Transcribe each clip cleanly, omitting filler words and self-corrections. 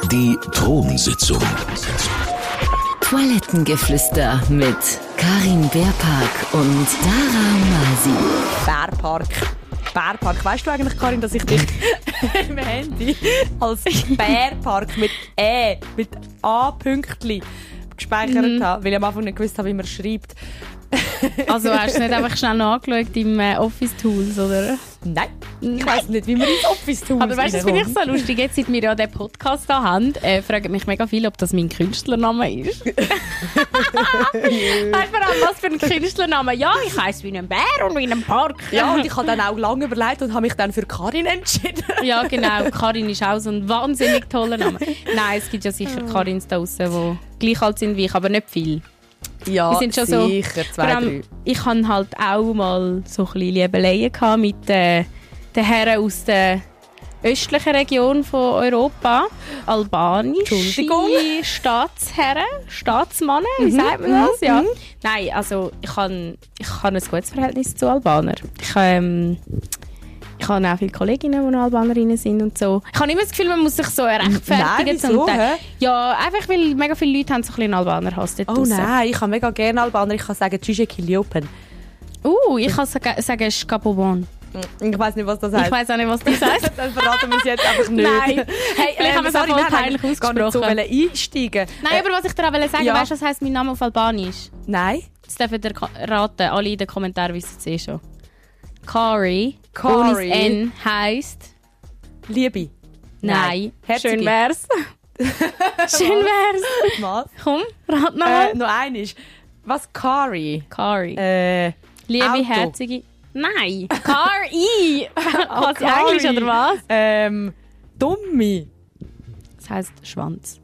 Die Thronsitzung. Toilettengeflüster mit Karin Beerpark und Dara Masi. Bärpark. Weißt du eigentlich, Karin, dass ich dich im Handy als Bärpark mit A-Pünktchen gespeichert habe, weil ich am Anfang nicht gewusst habe, wie man schreibt. Also hast du nicht einfach schnell nachgeschaut im Office-Tools, oder? Nein, ich weiss nicht, wie man ins Office-Tools Aber weißt du, das finde ich so lustig. Jetzt, seit wir ja den Podcast hier haben, fragen mich mega viele, ob das mein Künstlername ist. Weißt du, was für ein Künstlername? Ja, ich heisse wie ein Bär und wie ein Park. Ja, und ich habe dann auch lange überlegt und habe mich dann für Karin entschieden. Ja, genau. Karin ist auch so ein wahnsinnig toller Name. Nein, es gibt ja sicher Karins da draussen, die gleich alt sind wie ich, aber nicht viel. Ja, wir sind schon sicher, so, 2, 3. Ich hatte halt auch mal so ein bisschen Liebeleien mit den Herren aus der östlichen Region von Europa. Albanische Staatsherren, Staatsmannen, wie sagt man das? Ja. Nein, also ich habe ein gutes Verhältnis zu Albanern. Ich habe auch viele Kolleginnen, die Albanerinnen sind und so. Ich habe immer das Gefühl, man muss sich so rechtfertigen. Nein, wieso, ja, einfach weil mega viele Leute haben so ein bisschen Albaner-Hass dort draussen. Nein, ich habe mega gerne Albaner. Ich kann sagen «Tschüsche Kiliopen». Ich kann sagen «Skapobon». Ich weiss nicht, was das heisst. Ich weiss auch nicht, was das heisst. Dann verraten wir es jetzt einfach nicht. Nein. Hey, vielleicht haben wir es auch voll peinlich ausgesprochen. Gar nicht so einsteigen. Nein, aber was ich dir auch sagen wollte, weißt du, was heisst mein Name auf Albanisch? Nein. Das dürfen ihr raten. Alle in den Kommentaren wissen es eh schon. Kari. Ohne N heisst... Liebe. Nein. Herzige. Schön wär's. Schön wär's. Was? Komm, rat nochmal. Noch einmal. Was? Kari? Liebe, Auto. herzige... Nein. Kari. Quasi Englisch, oder was? Dummi. Das heisst Schwanz.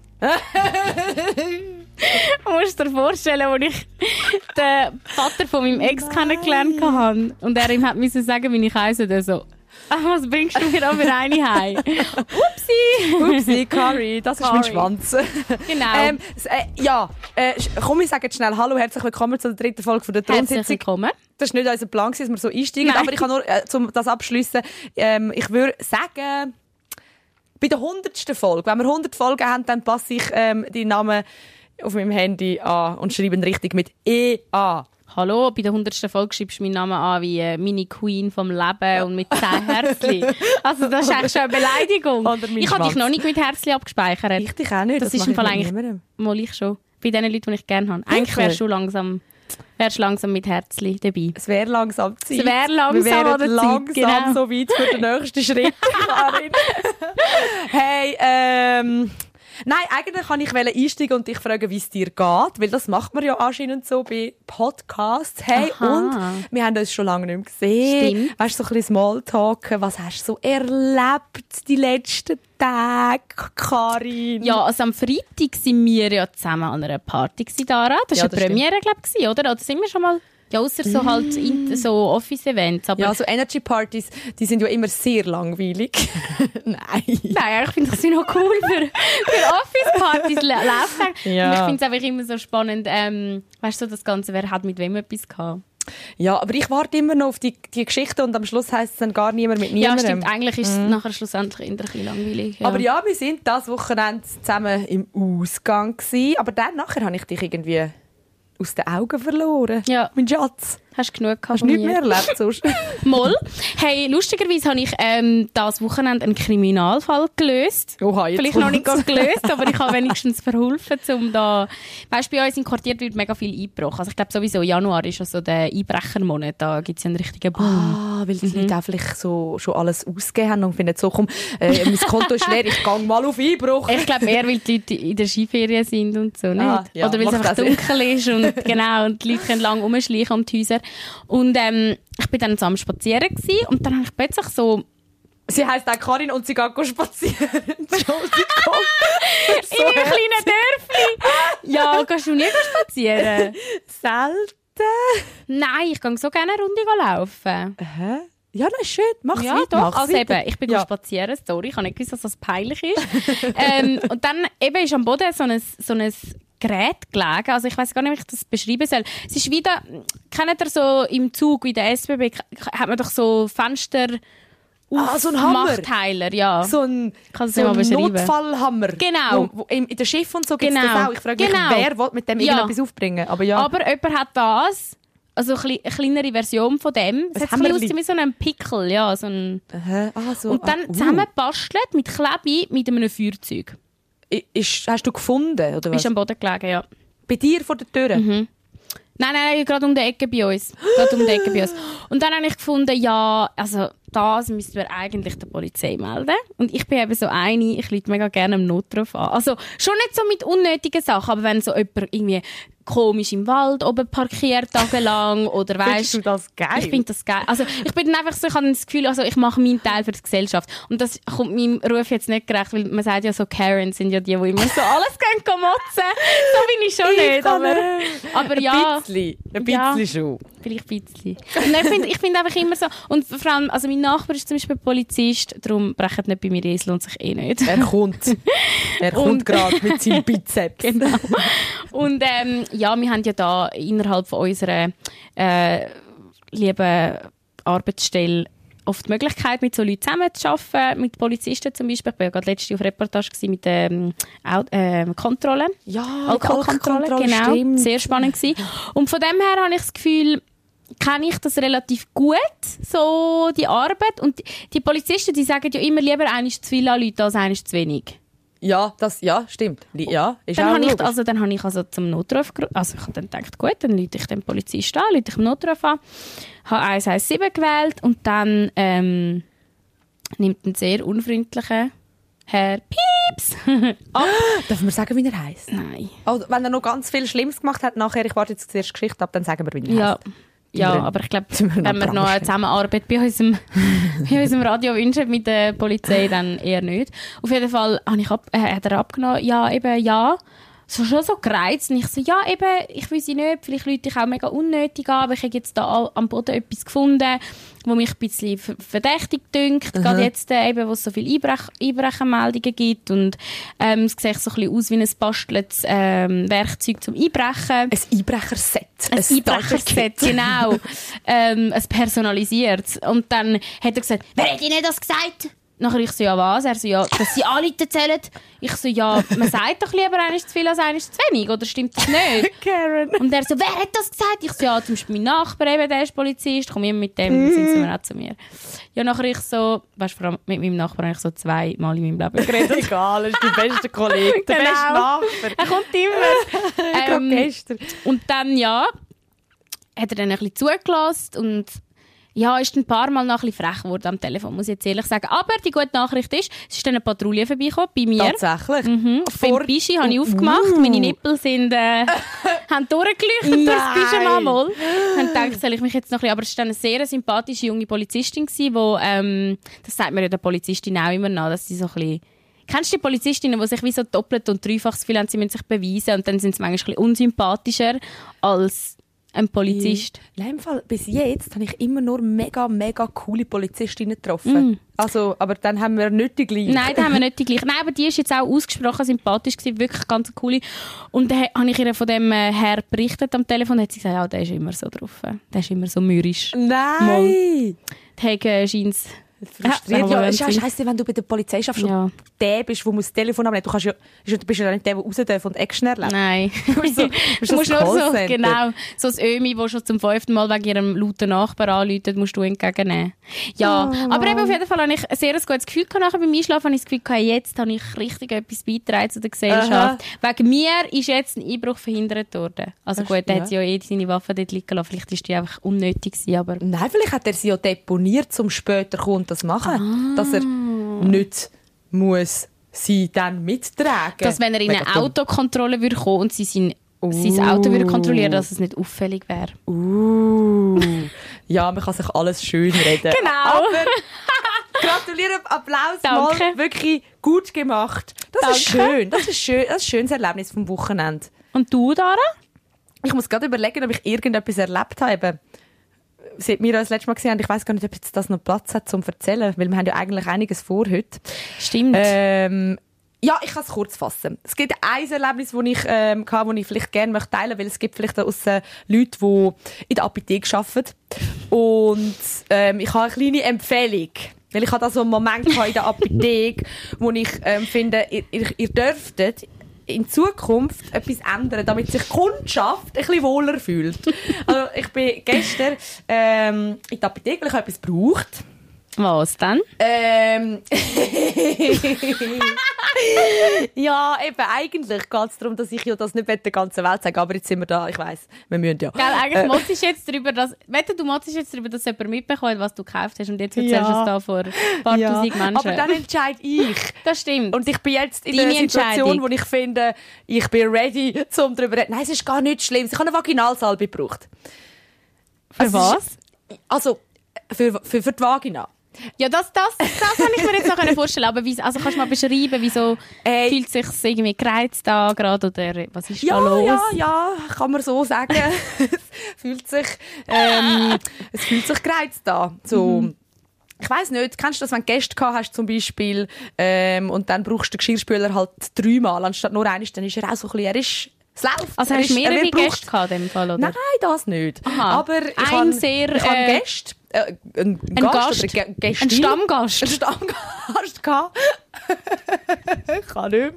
Du musst dir vorstellen, als ich den Vater von meinem Ex kennengelernt habe und er ihm musste sagen, wie ich heisse, der so, was bringst du mir da für eine heim? Upsi, Kari, das ist mein Schwanz. Genau. Komm, ich sage jetzt schnell Hallo, herzlich willkommen zur 3. Folge von der Thronsitzung. Herzlich willkommen. Das war nicht unser Plan, dass wir so einsteigen, aber ich kann nur, um das abschliessen, ich würde sagen, bei der 100. Folge, wenn wir 100 Folgen haben, dann passe ich die Namen auf meinem Handy an und schreibe ihn richtig mit E-A. Hallo, bei der 100. Folge schreibst du meinen Namen an wie meine Queen vom Leben und mit 10 Herzchen. Also das ist eigentlich schon eine Beleidigung. Ich habe dich noch nicht mit Herzchen abgespeichert. Ich dich auch nicht. Das ist im Fall eigentlich mal ich schon. Bei den Leuten, die ich gerne habe. Eigentlich wärst du langsam mit Herzchen dabei. Es wäre langsam Zeit. Es wäre langsam Wir wären Zeit, langsam genau. so weit für den nächsten Schritt, Karin. Hey, nein, eigentlich kann ich einsteigen und dich fragen, wie es dir geht, weil das macht man ja anscheinend so bei Podcasts. Hey, Aha. und wir haben uns schon lange nicht mehr gesehen. Stimmt. Weißt du, so ein bisschen Smalltalken. Was hast du so erlebt die letzten Tage, Karin? Ja, also am Freitag waren wir ja zusammen an einer Party, Dara. Das war Ja, eine Premiere, glaube ich, oder? Oder sind wir schon mal... Ja, ausser so halt so Office-Events. Aber Ja, so Energy-Partys, die sind ja immer sehr langweilig. Nein. Nein, ich finde das noch cool für Office-Partys laufen. Ja. Und ich finde es einfach immer so spannend, weißt du, so das Ganze, wer hat mit wem etwas gehabt. Ja, aber ich warte immer noch auf die Geschichte und am Schluss heisst es dann gar niemand mit Ja, niemandem. stimmt. Eigentlich ist es nachher schlussendlich ein bisschen langweilig. Ja. Aber ja, wir sind das Wochenende zusammen im Ausgang gewesen. Aber dann nachher habe ich dich irgendwie aus den Augen verloren. Ja. Mein Schatz. Hast du genug gehabt Hast du von nichts mehr mir? erlebt sonst? Moll. Hey, lustigerweise habe ich das Wochenende einen Kriminalfall gelöst. Oha, jetzt Vielleicht noch nicht kommt's. ganz gelöst, aber ich habe wenigstens verholfen, um da... Weißt du, bei uns im Quartier wird mega viel eingebrochen. Also ich glaube sowieso, Januar ist ja so der Einbrechermonat. Da gibt es ja einen richtigen Boom. Weil die Leute auch vielleicht so schon alles ausgegeben haben und finden so, komm, mein Konto ist leer, ich gehe mal auf Einbruch. Ich glaube eher, weil die Leute in der Skiferien sind und so, nicht? Ja, Oder weil es macht einfach auch Sinn. dunkel ist und genau, und die Leute können lang rumschleichen um die Häuser. Und ich bin dann so am Spazieren gewesen, und dann habe ich plötzlich so... Sie heisst auch Karin und sie geht spazieren. Entschuldigung. in einem kleinen Dörfli. Ja, gehst du nie spazieren? Selten. Nein, ich gehe so gerne eine Runde laufen. Hä? Ja, das ist schön. Mach's Ja, weiter. doch. Mach's Also weiter. eben, ich bin Ja. spazieren, sorry, ich habe nicht gewusst, dass das peinlich ist. Und dann eben ist am Boden so ein Gerät gelegen. Also ich weiß gar nicht, wie ich das beschreiben soll. Es ist wieder, kennt ihr so im Zug, wie der SBB, hat man doch so Fenster, so ein Hammer. Machtheiler, ja. So ein beschreiben. Notfallhammer. Genau. Wo in den Schiffen und so gibt es das auch. Ich frage mich, wer will mit dem irgendetwas aufbringen. Aber jemand hat das, also eine kleinere Version von dem. Es hat aus wie so einem Pickel, ja. So ein und dann zusammengebastelt mit Klebe mit einem Feuerzeug. Hast du gefunden, oder was? Ist am Boden gelegen, ja. Bei dir vor der Tür? Mhm. Nein, gerade um die Ecke bei uns. Und dann habe ich gefunden, ja, also das müssten wir eigentlich der Polizei melden. Und ich bin eben so eine, ich rufe mega gerne am Notruf an. Also schon nicht so mit unnötigen Sachen, aber wenn so jemand irgendwie komisch im Wald oben parkiert, tagelang, oder weißt findest du das geil? Ich finde das geil. Also ich bin dann einfach so, ich habe das Gefühl, also ich mache meinen Teil für die Gesellschaft. Und das kommt meinem Ruf jetzt nicht gerecht, weil man sagt ja so, Karen sind ja die immer so alles gehen motzen. So bin ich schon nicht. Aber ja. Ein bisschen schon. Vielleicht ein bisschen. Und ich finde einfach immer so, und vor allem, also mein Nachbar ist zum Beispiel Polizist, darum brechen nicht bei mir ein, es lohnt sich eh nicht. Er kommt gerade mit seinem Bizeps. Genau. Und ja, wir haben ja da innerhalb von unserer lieben Arbeitsstelle oft die Möglichkeit, mit so Leuten zusammenzuarbeiten, mit Polizisten zum Beispiel. Ich war ja gerade letzte auf Reportage mit Kontrollen. Ja, Alkoholkontrolle, genau. Stimmt. Sehr spannend gewesen. Und von dem her habe ich das Gefühl, kenne ich das relativ gut, so die Arbeit. Und die Polizisten, die sagen ja immer lieber, einer ist zu viel an Leuten als einer ist zu wenig. Ja, stimmt. Ja, ist dann auch habe ich zum Notruf also ich habe dann gedacht, gut, dann rufe ich den Polizisten an, rufe ich im Notruf an, habe 117 gewählt und dann nimmt ein sehr unfreundlicher Herr Pieps ab. Darf man sagen, wie er heisst? Nein. Oh, wenn er noch ganz viel Schlimmes gemacht hat nachher, ich warte jetzt zuerst Geschichte ab, dann sagen wir, wie er heisst. Ja, aber ich glaube, wenn wir noch eine Zusammenarbeit bei unserem Radio wünschen mit der Polizei, dann eher nicht. Auf jeden Fall hat er abgenommen, ja. So schon so gereizt. Und ich so, ja, eben, ich will sie nicht, vielleicht rufe ich auch mega unnötig an, aber ich habe jetzt da am Boden etwas gefunden, wo mich ein bisschen verdächtig dünkt, gerade jetzt eben, wo es so viele Einbrechenmeldungen gibt und es sieht so ein bisschen aus wie ein basteltes Werkzeug zum Einbrechen. Ein Einbrecherset. Ein Einbrecherset, genau. Ein personalisiertes. Und dann hat er gesagt, wer hat Ihnen das gesagt? Nachher ich so, ja was? Er so, ja, dass sie Anleiter zählen. Ich so, ja, man sagt doch lieber, einer ist zu viel als einer ist zu wenig, oder stimmt das nicht? Karen. Und er so, wer hat das gesagt? Ich so, ja, zum Beispiel mein Nachbar, eben, der ist Polizist, komm immer mit dem, dann sind sie mir auch zu mir. Ja, nachher ich so, weißt du, vor allem mit meinem Nachbar habe ich so 2 Mal in meinem Leben geredet. Egal, er ist der beste Kollege, der beste Nachbar. Er kommt immer. Gestern. Und dann, ja, hat er dann ein bisschen zugelassen und ja, ist ein paar Mal noch ein bisschen frech geworden am Telefon, muss ich jetzt ehrlich sagen. Aber die gute Nachricht ist, es ist dann eine Patrouille vorbeigekommen bei mir. Tatsächlich? Beim Bischi habe ich aufgemacht, meine Nippel sind, haben durchgeleuchtet durchs Pyjama mal. Ich dachte, soll ich mich jetzt noch ein bisschen... Aber es war dann eine sehr sympathische junge Polizistin, die, das sagt mir ja der Polizistin auch immer nach, dass sie so ein bisschen... Kennst du die Polizistinnen, die sich wie so doppelt und dreifach das Gefühl haben, sie müssen sich beweisen und dann sind sie manchmal ein bisschen unsympathischer als ein Polizist? Im Fall, bis jetzt habe ich immer nur mega, mega coole Polizistinnen getroffen. Also, aber dann haben wir nicht die gleiche. Nein, dann haben wir nicht die gleiche. Nein, aber die ist jetzt auch ausgesprochen sympathisch gewesen, wirklich ganz coole. Und dann habe ich ihr von dem Herr berichtet am Telefon und hat sie gesagt, ja, der ist immer so drauf. Der ist immer so mürrisch. Nein! Der scheint frustriert. Ja, scheiße, wenn du bei der Polizei schaffst und der bist, der das Telefon abnehmen muss. Du bist ja nicht der raus darf und Action erlebt. Nein. Du musst nur so, genau, so das Ömi, das schon zum 5. Mal wegen ihrem lauten Nachbar anruft, musst du entgegennehmen. Ja, aber eben auf jeden Fall habe ich ein sehr gutes Gefühl gehabt. Nachher beim Einschlafen habe ich das Gefühl, jetzt habe ich richtig etwas beigetragen zu der Gesellschaft. Wegen mir ist jetzt ein Einbruch verhindert worden. Also gut, der hat ja seine Waffen dort liegen lassen. Vielleicht war die einfach unnötig gewesen, aber... Nein, vielleicht hat er sie ja deponiert, um später das machen. Dass er nicht muss sie dann mittragen. Dass wenn er in eine Autokontrolle würde kommen und sie sein Auto würde kontrollieren, dass es nicht auffällig wäre. Ja, man kann sich alles schön reden. Genau. Aber gratuliere, Applaus. Danke. Mal, wirklich gut gemacht. Das ist schön. Das ist ein schönes Erlebnis vom Wochenende. Und du, Dara? Ich muss gerade überlegen, ob ich irgendetwas erlebt habe. Seit wir uns das letzte Mal gesehen haben, ich weiss gar nicht, ob jetzt das noch Platz hat, zum zu erzählen, weil wir haben ja eigentlich einiges vor heute. Stimmt. Ja, ich kann es kurz fassen. Es gibt ein Erlebnis, das ich hatte, das ich vielleicht gerne teilen möchte, weil es gibt vielleicht aus Leute, die in der Apotheke arbeiten. Und ich habe eine kleine Empfehlung. Weil ich hatte da so einen Moment in der Apotheke, wo ich finde, ihr dürftet in Zukunft etwas ändern, damit sich die Kundschaft ein bisschen wohler fühlt. Also ich bin gestern in der Apotheke, weil ich etwas gebraucht. Was denn? Ja, eben, eigentlich geht es darum, dass ich ja das nicht der ganzen Welt sage, aber jetzt sind wir da, ich weiss, wir müssen ja. Gell, eigentlich motzest jetzt darüber, dass jemand mitbekommt, was du gekauft hast und jetzt erzählst du es da vor ein paar tausend Menschen. Aber dann entscheide ich. Das stimmt. Und ich bin jetzt in einer Situation, wo ich finde, ich bin ready, um darüber zu reden. Nein, es ist gar nichts Schlimmes. Ich habe eine Vaginalsalbe gebraucht. Für was? Für die Vagina. Ja, das kann ich mir jetzt noch vorstellen. Aber kannst du mal beschreiben, wieso fühlt es sich irgendwie gereizt da gerade oder was ist da los? Ja, kann man so sagen. Es fühlt sich gereizt da. So. Ich weiss nicht, kennst du das, wenn du Gäste gehabt hast zum Beispiel und dann brauchst du den Geschirrspüler halt 3-mal anstatt nur einmal, dann ist er auch so ein bisschen, es läuft. Also hast du mehrere Gäste gehabt in dem Fall, oder? Nein, das nicht. Aha. Aber ich habe Gäste. Ein Gast oder Gästin. Ein Stammgast. Ein Stammgast gehabt. Ich kann nicht mehr.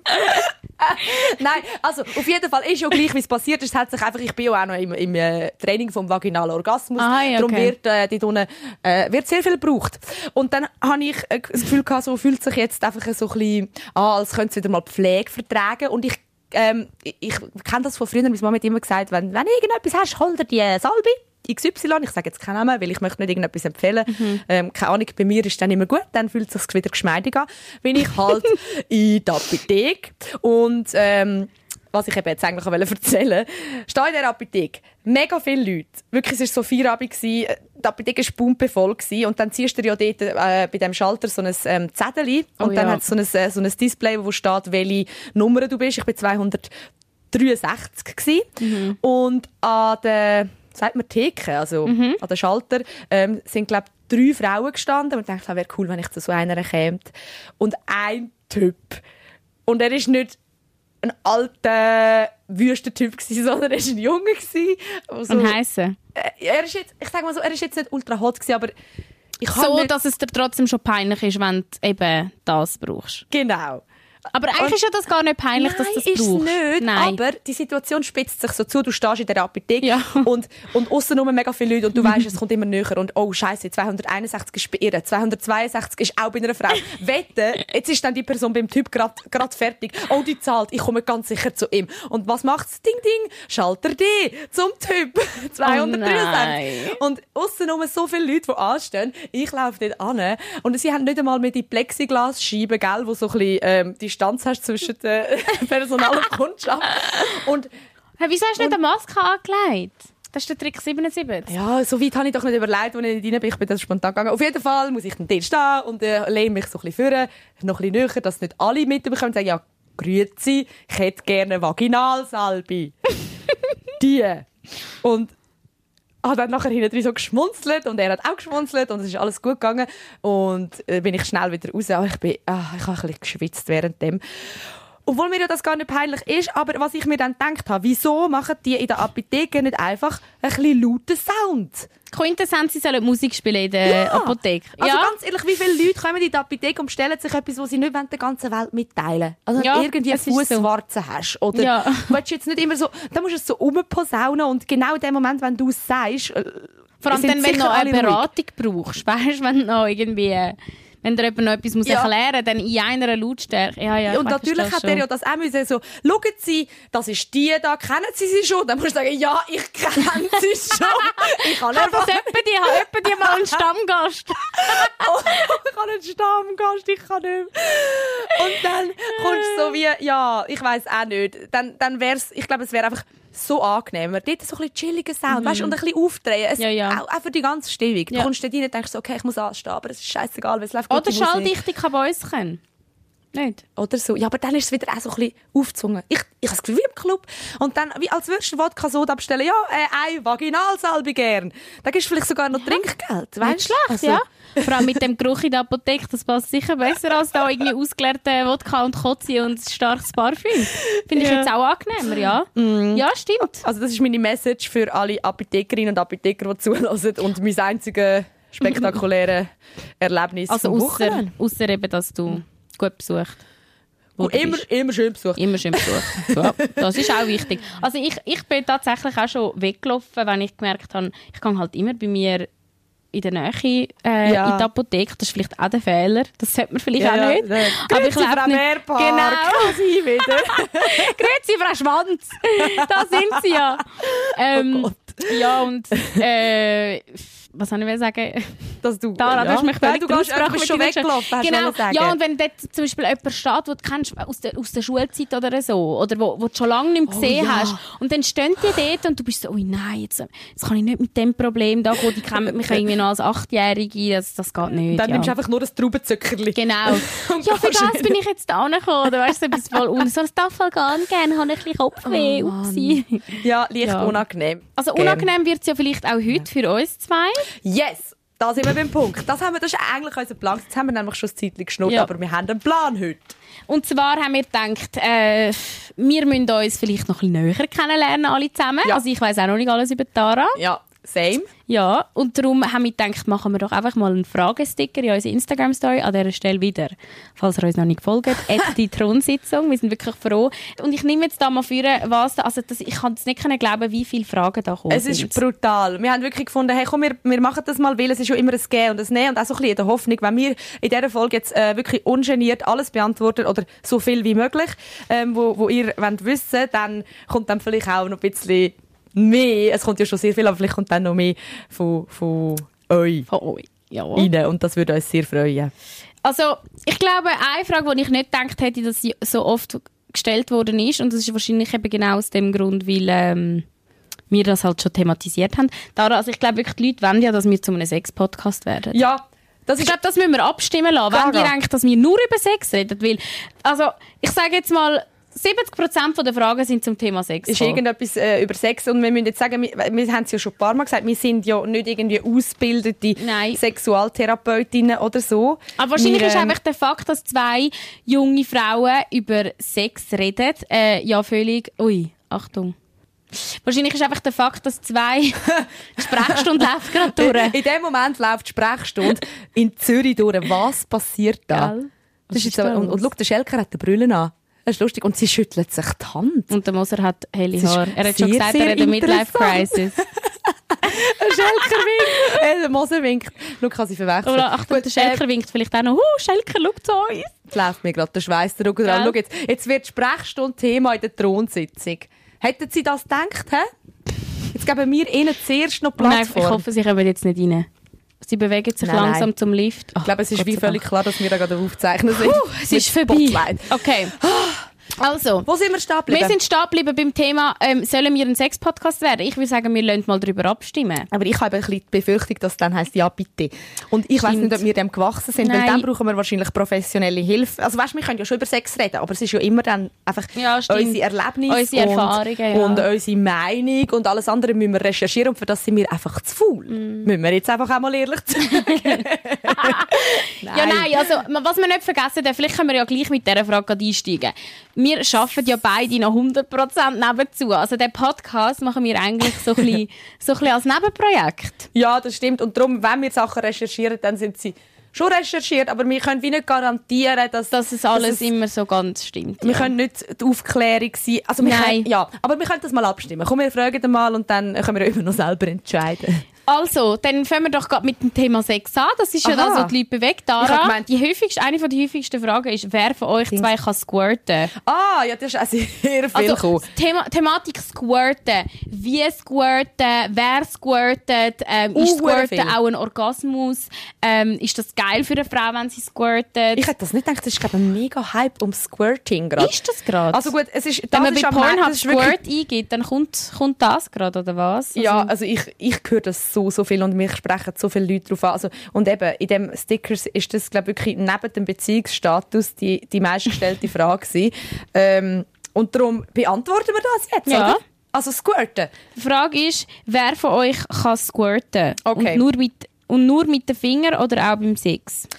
Nein, also auf jeden Fall ist ja gleich, wie es passiert ist. Ich bin ja auch noch im Training vom vaginalen Orgasmus. Darum wird dort unten wird sehr viel gebraucht. Und dann habe ich das Gefühl gehabt, so fühlt sich jetzt einfach so ein bisschen als könnte es wieder mal Pflege vertragen. Und ich kenne das von früher, meine Mama hat immer gesagt, wenn du irgendetwas hast, hol dir die Salbe. XY, ich sage jetzt keinen Namen, weil ich möchte nicht irgendetwas empfehlen. Keine Ahnung, bei mir ist dann immer gut, dann fühlt es sich wieder geschmeidig an. Bin ich halt in der Apotheke und was ich eben jetzt eigentlich erzählen wollte, stehe in dieser Apotheke, mega viele Leute, wirklich, es war so Feierabend, die Apotheke war pumpevoll und dann ziehst du ja dort bei diesem Schalter so ein Zettel und dann hat es so ein Display, wo steht, welche Nummer du bist. Ich war 263 gewesen. Und an der sagt man Theke, also an den Schalter, sind, glaube ich, 3 Frauen gestanden und ich dachte, es wäre cool, wenn ich zu so einer käme. Und ein Typ. Und er war nicht ein alter, wüster Typ gewesen, sondern er war ein Junge gewesen. Also, ein heisser? Er ist jetzt nicht ultra hot gewesen, aber dass es dir trotzdem schon peinlich ist, wenn du eben das brauchst. Genau. Aber eigentlich ist ja das gar nicht peinlich, dass du das brauchst. Nicht, Nein, aber die Situation spitzt sich so zu. Du stehst in der Apotheke und aussen rum mega viele Leute und du weißt, es kommt immer näher. Und oh Scheiße, 261 ist bei ihr, 262 ist auch bei einer Frau. Wette, jetzt ist dann die Person beim Typ gerade fertig. Oh, die zahlt, ich komme ganz sicher zu ihm. Und was macht's? Ding, ding, Schalter D zum Typ. 263. Und aussen rum so viele Leute, die anstehen. Ich laufe dort an und sie haben nicht einmal mehr die Plexiglasscheiben, gell, wo so ein bisschen Distanz hast zwischen dem Personal und Kundschaft. Und wieso hast du nicht eine Maske angelegt? Das ist der Trick 77. Ja, so weit habe ich doch nicht überlegt, als ich nicht rein bin. Ich bin dann spontan gegangen. Auf jeden Fall muss ich dann dort stehen und lehne mich so ein bisschen vor, noch ein bisschen näher, dass nicht alle mitbekommen und sagen, ja, grüezi, ich hätte gerne eine Vaginalsalbe. Die. Und habe dann nachher hinten so geschmunzelt und er hat auch geschmunzelt und es ist alles gut gegangen und bin ich schnell wieder raus. Aber ich habe ein bisschen geschwitzt währenddem. Obwohl mir ja das gar nicht peinlich ist, aber was ich mir dann gedacht habe, wieso machen die in der Apotheke nicht einfach ein bisschen lauten Sound? Quintessenz, sie sollen Musik spielen in der Apotheke. Also ganz ehrlich, wie viele Leute kommen in die Apotheke und bestellen sich etwas, was sie nicht der ganzen Welt mitteilen wollen? Also irgendwie Fußwarzen hast. Oder willst du jetzt nicht immer so, dann musst du es so rumposaunen und genau in dem Moment, wenn du es sagst, vor allem dann, wenn du noch eine Beratung brauchst. Weißt du, wenn du noch irgendwie... Wenn dir jemand noch etwas erklären muss, dann in einer Lautstärke. Ja, und natürlich hat er ja das auch müssen, so, schauen Sie, das ist die da, kennen Sie sie schon? Dann musst du sagen, ja, ich kenne sie schon. Ich habe etwa die mal einen Stammgast. Ich habe einen Stammgast, ich kann nicht mehr. Und dann kommst du so wie, ja, ich weiss auch nicht. Dann wär's, ich glaube, es wäre einfach so angenehmer. Dort so ein bisschen chilliger Sound, weißt, und ein bisschen aufdrehen. Auch für die ganze Stimmung. Du kommst dort rein und denkst so, okay, ich muss anstehen, aber es ist scheißegal, weil es läuft gut. Oder Schalldichte kann bei uns können. Nicht? Oder so. Ja, aber dann ist es wieder auch so ein bisschen aufgezwungen. Ich habe das Gefühl, wie im Club. Und dann, wie als würdest du Wodka-Soda bestellen, ja, eine Vaginalsalbe gern. Dann gibst du vielleicht sogar noch Trinkgeld. Weißt? Nicht schlecht, also, ja. Vor allem mit dem Geruch in der Apotheke, das passt sicher besser als da irgendwie ausgeleerte Wodka und Kotzi und starkes Parfüm. Finde ich jetzt auch angenehmer, ja. Ja, stimmt. Also das ist meine Message für alle Apothekerinnen und Apotheker, die zuhören und mein einziger spektakulären Erlebnisse vom Wochenende. Ausser eben, dass du gut besucht. Und immer schön besucht. Immer schön besucht. Ja, das ist auch wichtig. Also ich bin tatsächlich auch schon weggelaufen, wenn ich gemerkt habe, ich gehe halt immer bei mir in der Nähe in die Apotheke. Das ist vielleicht auch der Fehler. Das sollte man vielleicht auch nicht. Aber ich Frau Mehrpark. Genau. Sie wieder. Grüezi, Frau Schwanz. Da sind sie ja. Oh Gott. Ja, und was soll ich sagen? Dass du, Dara, du hast mich völlig du bist schon weggelaufen, genau. Ja, und wenn dort zum Beispiel jemand steht, den du kennst aus der Schulzeit oder so, oder wo du schon lange nicht mehr gesehen hast, und dann stehen die dort und du bist so, oh nein, jetzt kann ich nicht mit dem Problem da kommen, die kennen mich irgendwie noch als 8-Jährige, das geht nicht. Dann nimmst du einfach nur ein Traubenzückerli. Genau. Ja, für das bin ich jetzt da angekommen, oder weißt du, etwas voll so das darf voll gar nicht gerne, habe ich ein bisschen Kopfweh. Ja, leicht unangenehm. Also unangenehm wird es ja vielleicht auch heute für uns zwei. Yes! Da sind wir beim Punkt. Das ist eigentlich unser Plan. Jetzt haben wir nämlich schon ein Zeitchen geschnurrt, aber wir haben einen Plan heute. Und zwar haben wir gedacht, wir müssen uns vielleicht noch ein bisschen näher kennenlernen, alle zusammen. Ja. Also ich weiss auch noch nicht alles über Tara. Ja, same. Ja, und darum haben wir gedacht, machen wir doch einfach mal einen Fragesticker in unserer Instagram-Story an dieser Stelle wieder. Falls ihr uns noch nicht folgt, die Thronsitzung. Wir sind wirklich froh. Und ich nehme jetzt da mal vor, ich kann es nicht glauben, wie viele Fragen da kommen. Es ist brutal. Wir haben wirklich gefunden, hey, komm, wir machen das mal, weil es ist ja immer ein Gehen und ein Nehmen und auch so ein bisschen in der Hoffnung, wenn wir in dieser Folge jetzt wirklich ungeniert alles beantworten oder so viel wie möglich, wo ihr wollt wissen, dann kommt dann vielleicht auch noch ein bisschen mehr, es kommt ja schon sehr viel, aber vielleicht kommt dann noch mehr von euch ja. rein und das würde uns sehr freuen. Also, ich glaube, eine Frage, die ich nicht gedacht hätte, dass sie so oft gestellt worden ist, und das ist wahrscheinlich eben genau aus dem Grund, weil wir das halt schon thematisiert haben. Also ich glaube wirklich, die Leute wollen ja, dass wir zu einem Sex-Podcast werden. Ja. Ich glaube, das müssen wir abstimmen lassen. Wenn die denken, dass wir nur über Sex reden, weil, also, ich sage jetzt mal, 70% der Fragen sind zum Thema Sex. Ist irgendetwas über Sex und wir müssen jetzt sagen, wir haben es ja schon ein paar Mal gesagt, wir sind ja nicht irgendwie ausgebildete Sexualtherapeutinnen oder so. Aber wahrscheinlich ist einfach der Fakt, dass 2 junge Frauen über Sex reden, ja völlig... Ui, Achtung. Wahrscheinlich ist einfach der Fakt, dass 2 die Sprechstunde läuft gerade durch. In dem Moment läuft die Sprechstunde in Zürich durch. Was passiert da? Das ist jetzt und schau, der Schelker hat die Brille an. Das ist lustig. Und sie schüttelt sich die Hand. Und der Moser hat helle Haare. Er hat schon gesagt, er hat eine Midlife-Crisis. Der Schelker winkt. Der Moser winkt. Schau, kann sie verwechseln. Oder Achtung, der Schelker winkt vielleicht auch noch. Schelker, schau zu uns. Jetzt läuft mir gerade der Schweiß der Rücken dran. Schau jetzt wird Sprechstunde Thema in der Thronsitzung. Hätten Sie das gedacht? He? Jetzt geben wir Ihnen zuerst noch Platz vor. Ich hoffe, Sie kommen jetzt nicht rein. Sie bewegen sich langsam zum Lift. Ich glaube, es ist wie völlig klar, dass wir da gerade aufzeichnen sind. Es ist vorbei. Okay. Also, wo sind wir stehen geblieben? Wir sind stehen geblieben beim Thema, sollen wir ein Sex-Podcast werden? Ich würde sagen, wir lassen mal darüber abstimmen. Aber ich habe ein bisschen die Befürchtung, dass es dann heisst, ja bitte. Und ich weiss nicht, ob wir dem gewachsen sind, weil dann brauchen wir wahrscheinlich professionelle Hilfe. Also weißt, wir können ja schon über Sex reden, aber es ist ja immer dann einfach unsere Erlebnisse unsere Erfahrungen und unsere Meinung und alles andere müssen wir recherchieren und für das sind wir einfach zu faul. Müssen wir jetzt einfach auch mal ehrlich sagen. Nein, also was wir nicht vergessen dürfen, vielleicht können wir ja gleich mit dieser Frage einsteigen. Wir arbeiten ja beide noch 100% nebenzu. Also den Podcast machen wir eigentlich so ein bisschen als Nebenprojekt. Ja, das stimmt. Und darum, wenn wir Sachen recherchieren, dann sind sie schon recherchiert, aber wir können wie nicht garantieren, dass es alles immer so ganz stimmt. Wir können nicht die Aufklärung sein. Also aber wir können das mal abstimmen. Komm, wir fragen den mal und dann können wir immer noch selber entscheiden. Also, dann fangen wir doch gerade mit dem Thema Sex an. Das ist ja das, was die Leute bewegt. Dara, eine der häufigsten Fragen ist, wer von euch 2 kann squirten? Ja, das ist auch sehr viel gekommen. Thematik Squirten. Wie squirten? Wer squirtet? Ist Squirten auch ein Orgasmus? Ist das geil für eine Frau, wenn sie squirtet? Ich hätte das nicht gedacht. Das ist, glaube ich, ein mega Hype um Squirting gerade. Ist das gerade? Also gut, es ist... Wenn man bei Pornhub Squirt eingibt, dann kommt das gerade, oder was? Also, ja, also ich höre das so viel und mich sprechen so viele Leute darauf an. Also, und eben, in dem Stickers ist das, glaube ich, wirklich neben dem Beziehungsstatus die meistgestellte Frage gewesen. Und darum beantworten wir das jetzt, ja. Oder? Also squirten. Die Frage ist, wer von euch kann squirten? Okay. Und nur mit den Fingern oder auch beim Sex?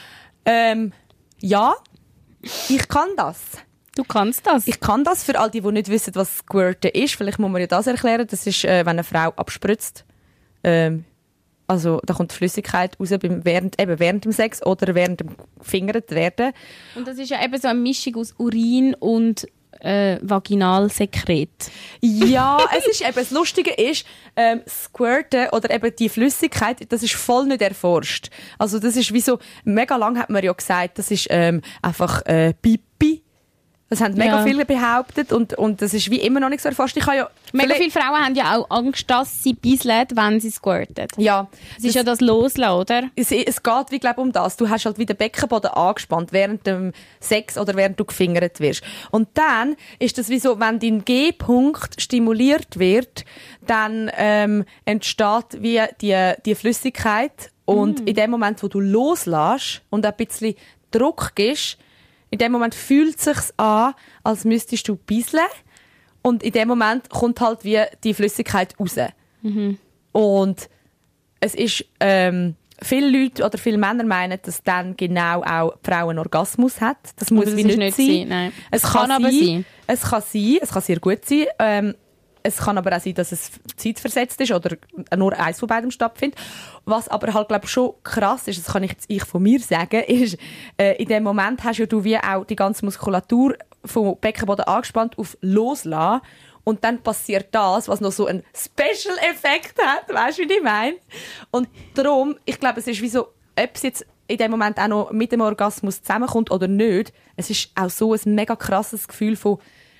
Ja, ich kann das. Du kannst das? Ich kann das. Für all die nicht wissen, was Squirten ist, vielleicht muss man ja das erklären. Das ist, wenn eine Frau abspritzt. also da kommt die Flüssigkeit raus während dem Sex oder während dem gefingert werden. Und das ist ja eben so eine Mischung aus Urin und Vaginalsekret. Ja, es ist eben, das Lustige ist, Squirten oder eben die Flüssigkeit, das ist voll nicht erforscht. Also das ist wie so, mega lang hat man ja gesagt, das ist einfach Pipi. Das haben mega viele behauptet und das ist wie immer noch nicht so erforscht. Mega viele Frauen haben ja auch Angst, dass sie bisseln, wenn sie squirten. Ja. Es ist ja das Loslassen, oder? Es geht, wie glaube um das. Du hast halt wie den Beckenboden angespannt während dem Sex oder während du gefingert wirst. Und dann ist das wie so, wenn dein G-Punkt stimuliert wird, dann entsteht wie die Flüssigkeit und in dem Moment, wo du loslässt und ein bisschen Druck gibst, in dem Moment fühlt es sich an, als müsstest du bisseln. Und in dem Moment kommt halt wie die Flüssigkeit raus. Mhm. Und es ist, viele Leute oder viele Männer meinen, dass dann genau auch die Frau einen Orgasmus hat. Das muss wie nicht sein. Nein. Es kann aber sein. Es kann sehr gut sein. Es kann aber auch sein, dass es zeitversetzt ist oder nur eins von beidem stattfindet. Was aber halt, glaube ich, schon krass ist, das kann ich von mir sagen, ist, in dem Moment hast ja du wie auch die ganze Muskulatur vom Beckenboden angespannt auf Loslassen. Und dann passiert das, was noch so einen Special-Effekt hat. Weißt du, wie ich meine? Und darum, ich glaube, es ist wie so, ob es jetzt in dem Moment auch noch mit dem Orgasmus zusammenkommt oder nicht, es ist auch so ein mega krasses Gefühl von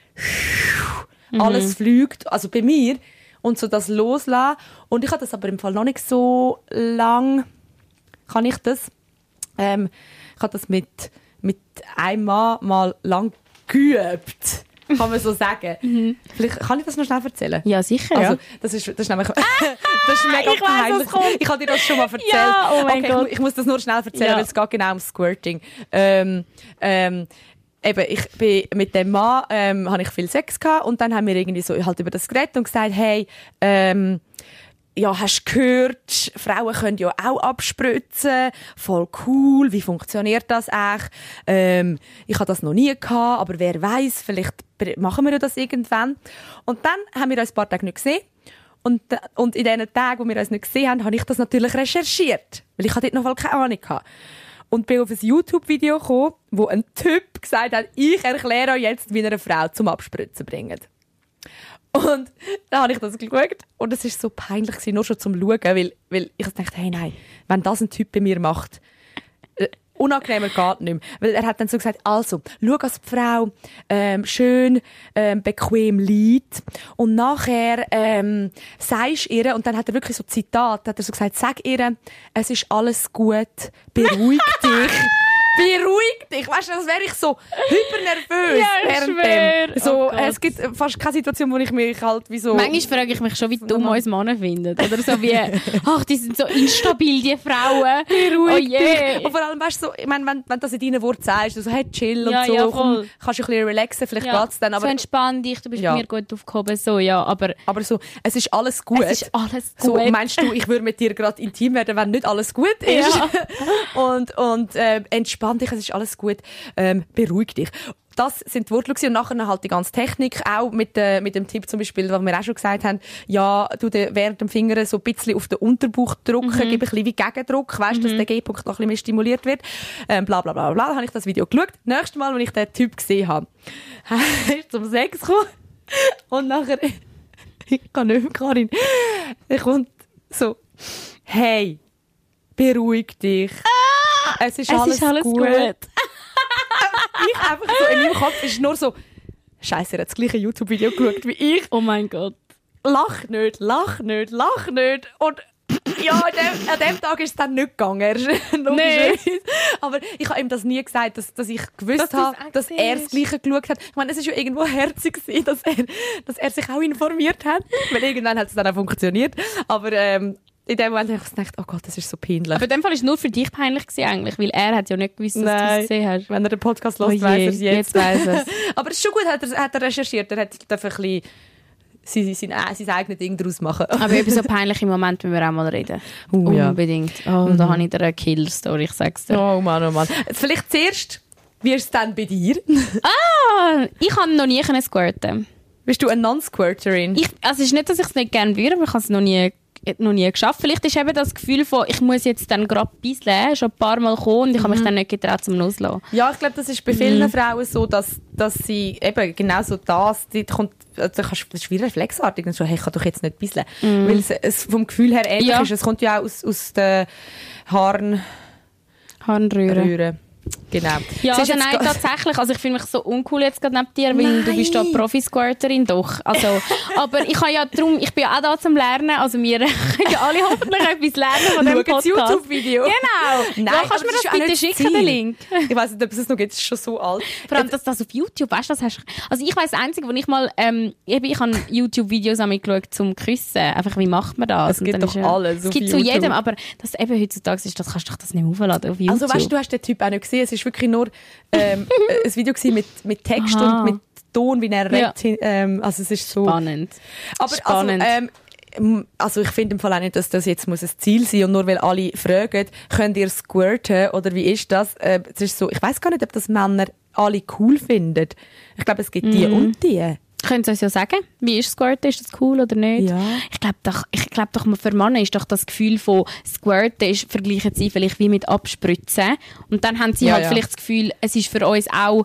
alles fliegt, also bei mir, und so das Loslassen. Und ich habe das aber im Fall noch nicht so lang, kann ich das? Ich habe das mit einem Mann mal lang geübt, kann man so sagen. Vielleicht kann ich das noch schnell erzählen? Ja, sicher, also, ja. Das ist nämlich das ist mega peinlich. Ich habe dir das schon mal erzählt. Ja, oh mein Gott. Ich muss das nur schnell erzählen, weil es geht genau um Squirting. Eben, ich bin mit dem Mann, habe ich viel Sex gehabt und dann haben wir irgendwie so halt über das geredet und gesagt, hey, ja, hast du gehört, Frauen können ja auch abspritzen, voll cool, wie funktioniert das eigentlich? Ich habe das noch nie gehabt, aber wer weiß, vielleicht machen wir das irgendwann. Und dann haben wir uns ein paar Tage nicht gesehen. Und in diesen Tagen, wo wir uns nicht gesehen haben, habe ich das natürlich recherchiert, weil ich dort noch voll keine Ahnung hatte. Und bin auf ein YouTube-Video gekommen, wo ein Typ gesagt hat, ich erkläre euch jetzt, wie ihr eine Frau zum Abspritzen bringt. Und dann habe ich das geschaut und es war so peinlich, nur schon zum Schauen, weil ich dachte, hey, nein, wenn das ein Typ bei mir macht, unangenehmer geht nicht mehr. Weil er hat dann so gesagt, also, schau, als die Frau schön bequem liegt und nachher sagst ihr, und dann hat er wirklich so Zitat, hat er so gesagt, sag ihr, es ist alles gut, beruhig dich. Beruhig dich. Weißt du, das wäre ich so hypernervös. Ja, während dem. So, es gibt fast keine Situation, wo ich mich halt wie so... Manchmal frage ich mich schon, wie dumm uns Männer finden. Oder so wie, ach, die sind so instabil, die Frauen. Beruhig dich. Und vor allem, weißt du, so, ich meine, wenn du das in deinen Worten sagst, so, hey, chill und so, komm, kannst du ein bisschen relaxen, vielleicht geht's dann. Aber, so entspann dich, du bist bei mir gut aufgehoben, so, ja, aber so, es ist alles gut. Es ist alles gut. So, meinst du, ich würde mit dir gerade intim werden, wenn nicht alles gut ist? Ja. und entspann dich, es ist alles gut, beruhig dich. Das sind die Worte und nachher halt die ganze Technik, auch mit dem Tipp zum Beispiel, was wir auch schon gesagt haben, ja, du während dem Finger so ein bisschen auf den Unterbauch drücken, gib ein bisschen wie Gegendruck, weißt, dass der G-Punkt noch ein bisschen mehr stimuliert wird, bla bla bla bla, dann habe ich das Video geschaut. Nächstes Mal, wenn ich den Typ gesehen habe, ist zum Sex gekommen und nachher, ich kann nicht mehr, Karin, er kommt so, hey, beruhig dich. Es ist alles gut. Ich einfach so, in meinem Kopf ist nur so, Scheiße, er hat das gleiche YouTube-Video geschaut wie ich. Oh mein Gott. Lach nicht, lach nicht, lach nicht. Und ja, an dem Tag ist es dann nicht gegangen. Nee. Aber ich habe ihm das nie gesagt, dass ich gewusst habe, dass er das Gleiche geschaut hat. Ich meine, es war ja irgendwo herzig, dass er sich auch informiert hat. Weil irgendwann hat es dann auch funktioniert. Aber in dem Moment habe ich gedacht, oh Gott, das ist so peinlich. Aber in dem Fall war es nur für dich peinlich eigentlich, weil er hat ja nicht gewusst, dass du es gesehen hast. Wenn er den Podcast hört, weiss er es jetzt. Weiss es. Aber es ist schon gut, hat er recherchiert. Er hat ein bisschen sein eigenes Ding daraus machen. Aber über so peinliche Momente müssen wir auch mal reden. Unbedingt. Ja. Da habe ich dir eine Kill-Story, ich sag's dir. Oh Mann, oh Mann. Vielleicht zuerst, wie ist es denn bei dir? Ich kann noch nie squirten. Bist du eine Non-Squirterin? Es ist nicht, dass ich es nicht gerne würde, aber ich habe es noch nie noch nie geschafft. Vielleicht ist eben das Gefühl von, ich muss jetzt dann gerade bisseln, schon ein paar Mal kommen und ich habe mich dann nicht getraut zum Loslassen. Ja, ich glaube, das ist bei vielen Frauen so, dass sie eben genau so das ist wie reflexartig. Und so, hey, ich kann doch jetzt nicht bisseln. Weil es vom Gefühl her ähnlich ist. Es kommt ja auch aus den Harnröhren. Genau. Ja, also nein, tatsächlich. Also ich fühle mich so uncool jetzt gerade neben dir, weil du bist da Profi-Squirterin doch. Also, aber ich bin ja auch da zum Lernen. Also wir können ja alle hoffentlich etwas lernen von diesem Podcast. Das YouTube-Video. Genau. Nein, ja, kannst du mir das bitte schicken, den Link? Ich weiss nicht, ob es das noch gibt. Es ist schon so alt. Vor allem, dass das auf YouTube, weißt du, das hast. Also ich weiss, das Einzige, wo ich mal, ich habe YouTube-Videos angeschaut zum Küssen. Einfach, wie macht man das? Es gibt doch alles. Es gibt zu jedem, aber das eben heutzutage ist, das kannst du doch das nicht aufladen auf YouTube. Also weißt du, hast den Typ auch nicht gesehen. Es war wirklich nur ein Video mit Text und mit Ton, wie er redet. Also es ist so... Spannend. Aber Spannend. Also ich finde im Fall auch nicht, dass das jetzt muss ein Ziel sein und nur weil alle fragen, könnt ihr squirten oder wie ist das? Es ist so, ich weiss gar nicht, ob das Männer alle cool finden. Ich glaube, es gibt die und die. Können Sie uns ja sagen, wie ist Squirten? Ist das cool oder nicht? Ja. Ich glaube doch, für Männer ist doch das Gefühl von Squirten ist, vergleichen sie vielleicht wie mit Abspritzen. Und dann haben sie vielleicht das Gefühl, es ist für uns auch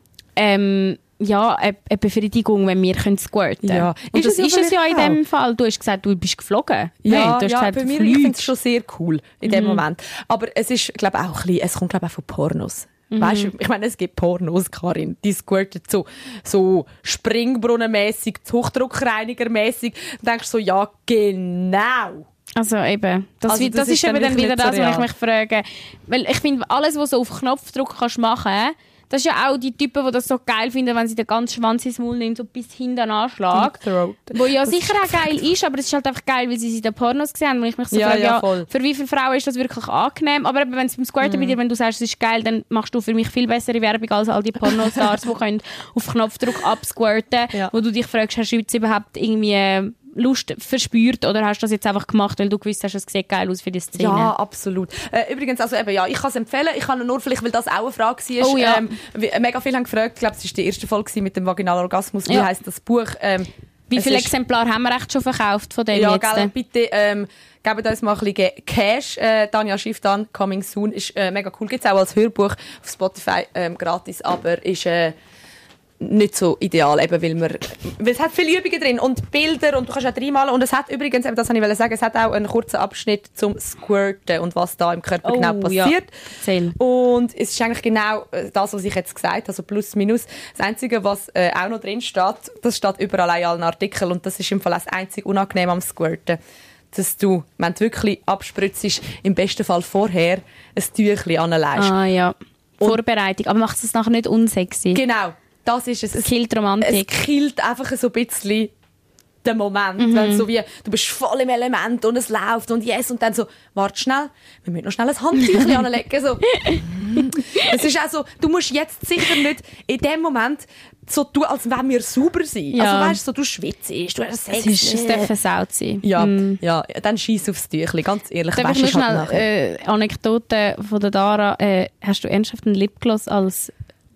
eine Befriedigung, wenn wir squirten können. Ja. Und das ist es ja in dem Fall. Du hast gesagt, du bist geflogen. Ja, du hast gesagt, bei mir, ich finde es schon sehr cool in dem Moment. Aber es ist, glaube auch ein bisschen, es kommt glaube auch von Pornos. Weißt du, ich meine, es gibt Pornos, Karin, die squirten so Springbrunnenmässig, Hochdruckreinigermäßig. Du denkst so, ja, genau. Also eben, das ist eben dann wieder das, was ich mich frage. Weil ich finde, alles, was du so auf Knopfdruck machen kannst, das ist ja auch die Typen, die das so geil finden, wenn sie den ganzen Schwanz ins Maul nehmen, so bis hinten anschlagen. Wo ja das sicher auch geil ist, aber es ist halt einfach geil, weil sie in den Pornos gesehen haben. Und ich mich so frage, für wie viele Frauen ist das wirklich angenehm? Aber eben, wenn es beim Squirten bei dir, wenn du sagst, es ist geil, dann machst du für mich viel bessere Werbung als all die Pornostars, die können auf Knopfdruck absquirten, wo du dich fragst, hast du jetzt überhaupt irgendwie Lust verspürt oder hast du das jetzt einfach gemacht, weil du gewusst hast, es sieht geil aus für die Szene? Ja, absolut. Übrigens, also eben, ja, ich kann es empfehlen. Ich kann nur vielleicht, weil das auch eine Frage war. Oh, ja. Mega viele haben gefragt, ich glaube, es war die erste Folge mit dem vaginalen Orgasmus. Wie heisst das Buch? Wie viele Exemplare haben wir echt schon verkauft von dem ja, jetzt? Ja, bitte gebt uns mal ein bisschen Cash. Tanja Schifftan, Coming Soon, ist mega cool. Gibt es auch als Hörbuch auf Spotify gratis, aber ist nicht so ideal, eben, weil es hat viele Übungen drin und Bilder und du kannst auch reinmalen und es hat übrigens, das wollte ich sagen, es hat auch einen kurzen Abschnitt zum Squirten und was da im Körper genau passiert. Ja. Und es ist eigentlich genau das, was ich jetzt gesagt habe, also plus minus. Das Einzige, was auch noch drin steht, das steht überall in allen Artikeln und das ist im Fall auch das einzige Unangenehm am Squirten, dass du, wenn du wirklich abspritzt, im besten Fall vorher ein Tüchlein anlegst. Ah ja, Vorbereitung, aber macht es nachher nicht unsexy? Genau. Das ist es. Es killt Romantik. Es killt einfach so ein bisschen den Moment. Wenn so wie, du bist voll im Element und es läuft und yes und dann so, warte schnell, wir müssen noch schnell ein Handtüchchen anlegen. So. Es ist auch so, du musst jetzt sicher nicht in dem Moment so tun, als wenn wir sauber sind. Ja. Also weißt du, so, du schwitzt, du hast Sex. Es darf versaut sein. Ja, ja, dann scheiss aufs Tüchlein, ganz ehrlich. Darf ich nur schnell Anekdote von der Dara. Hast du ernsthaft einen Lipgloss als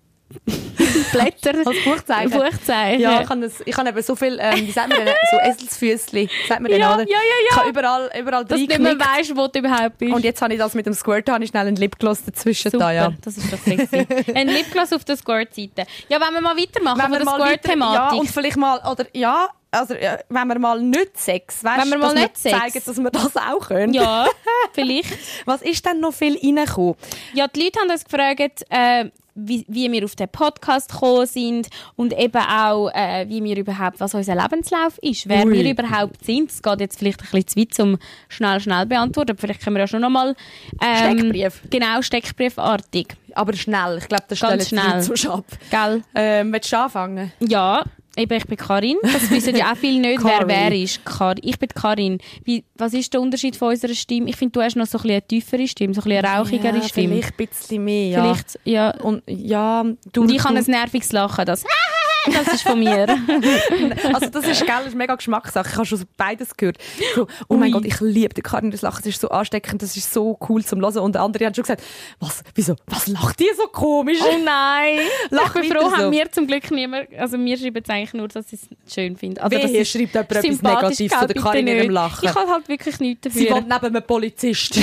Blätter? Als Buchzeichen? Buchzeichen. Ja, ich habe eben so viel, wie sagt man denn, so Eselsfüssli, sagt man denn, oder? Ja. Ich habe überall dass du nicht mehr weisst, wo du überhaupt bist. Und jetzt habe ich das mit dem Squirt, habe ich schnell einen Lipgloss dazwischen. Super, da, ja. Das ist doch sexy. Ein Lipgloss auf der Squirt-Seite. Ja, wenn wir mal weitermachen von der Squirt-Thematik. Ja, und vielleicht mal, oder ja, also wenn wir mal nicht Sex, weißt du, dass wir zeigen, dass wir das auch können. Ja, vielleicht. Was ist denn noch viel reingekommen? Ja, die Leute haben uns gefragt, wie wir auf den Podcast gekommen sind und eben auch, wie wir überhaupt, was unser Lebenslauf ist, wer wir überhaupt sind. Es geht jetzt vielleicht ein bisschen zu weit, um schnell beantworten. Vielleicht können wir ja schon noch mal Steckbrief. Genau, steckbriefartig. Aber schnell. Ich glaube, das ganz schnell. Zu scharf. Gell? Willst du anfangen? Ja. Eben, ich bin Karin. Das wissen ja auch viele nicht, wer ist. Ich bin Karin. Was ist der Unterschied von unserer Stimme? Ich finde, du hast noch so ein bisschen eine tiefere Stimme, so ein bisschen eine rauchigere Stimme. Vielleicht ein bisschen mehr, ja. Vielleicht, ja. Und, ja, und ich habe ein nerviges Lachen, das Das ist von mir. Also das ist, gell, das ist mega Geschmackssache. Ich habe schon beides gehört. So, oh mein Gott, ich liebe den Karin das Lachen. Das ist so ansteckend, das ist so cool zum Hören. Und andere haben schon gesagt, wieso, was lacht die so komisch? Oh nein. Lach ich bin froh, so. haben wir zum Glück niemand, also wir schreiben jetzt eigentlich nur, dass ich es schön finde. Also, Wehe, schreibt jemand etwas Negatives von der Karin in ihrem Lachen. Ich habe halt wirklich nichts dafür. Sie wohnt neben einem Polizist.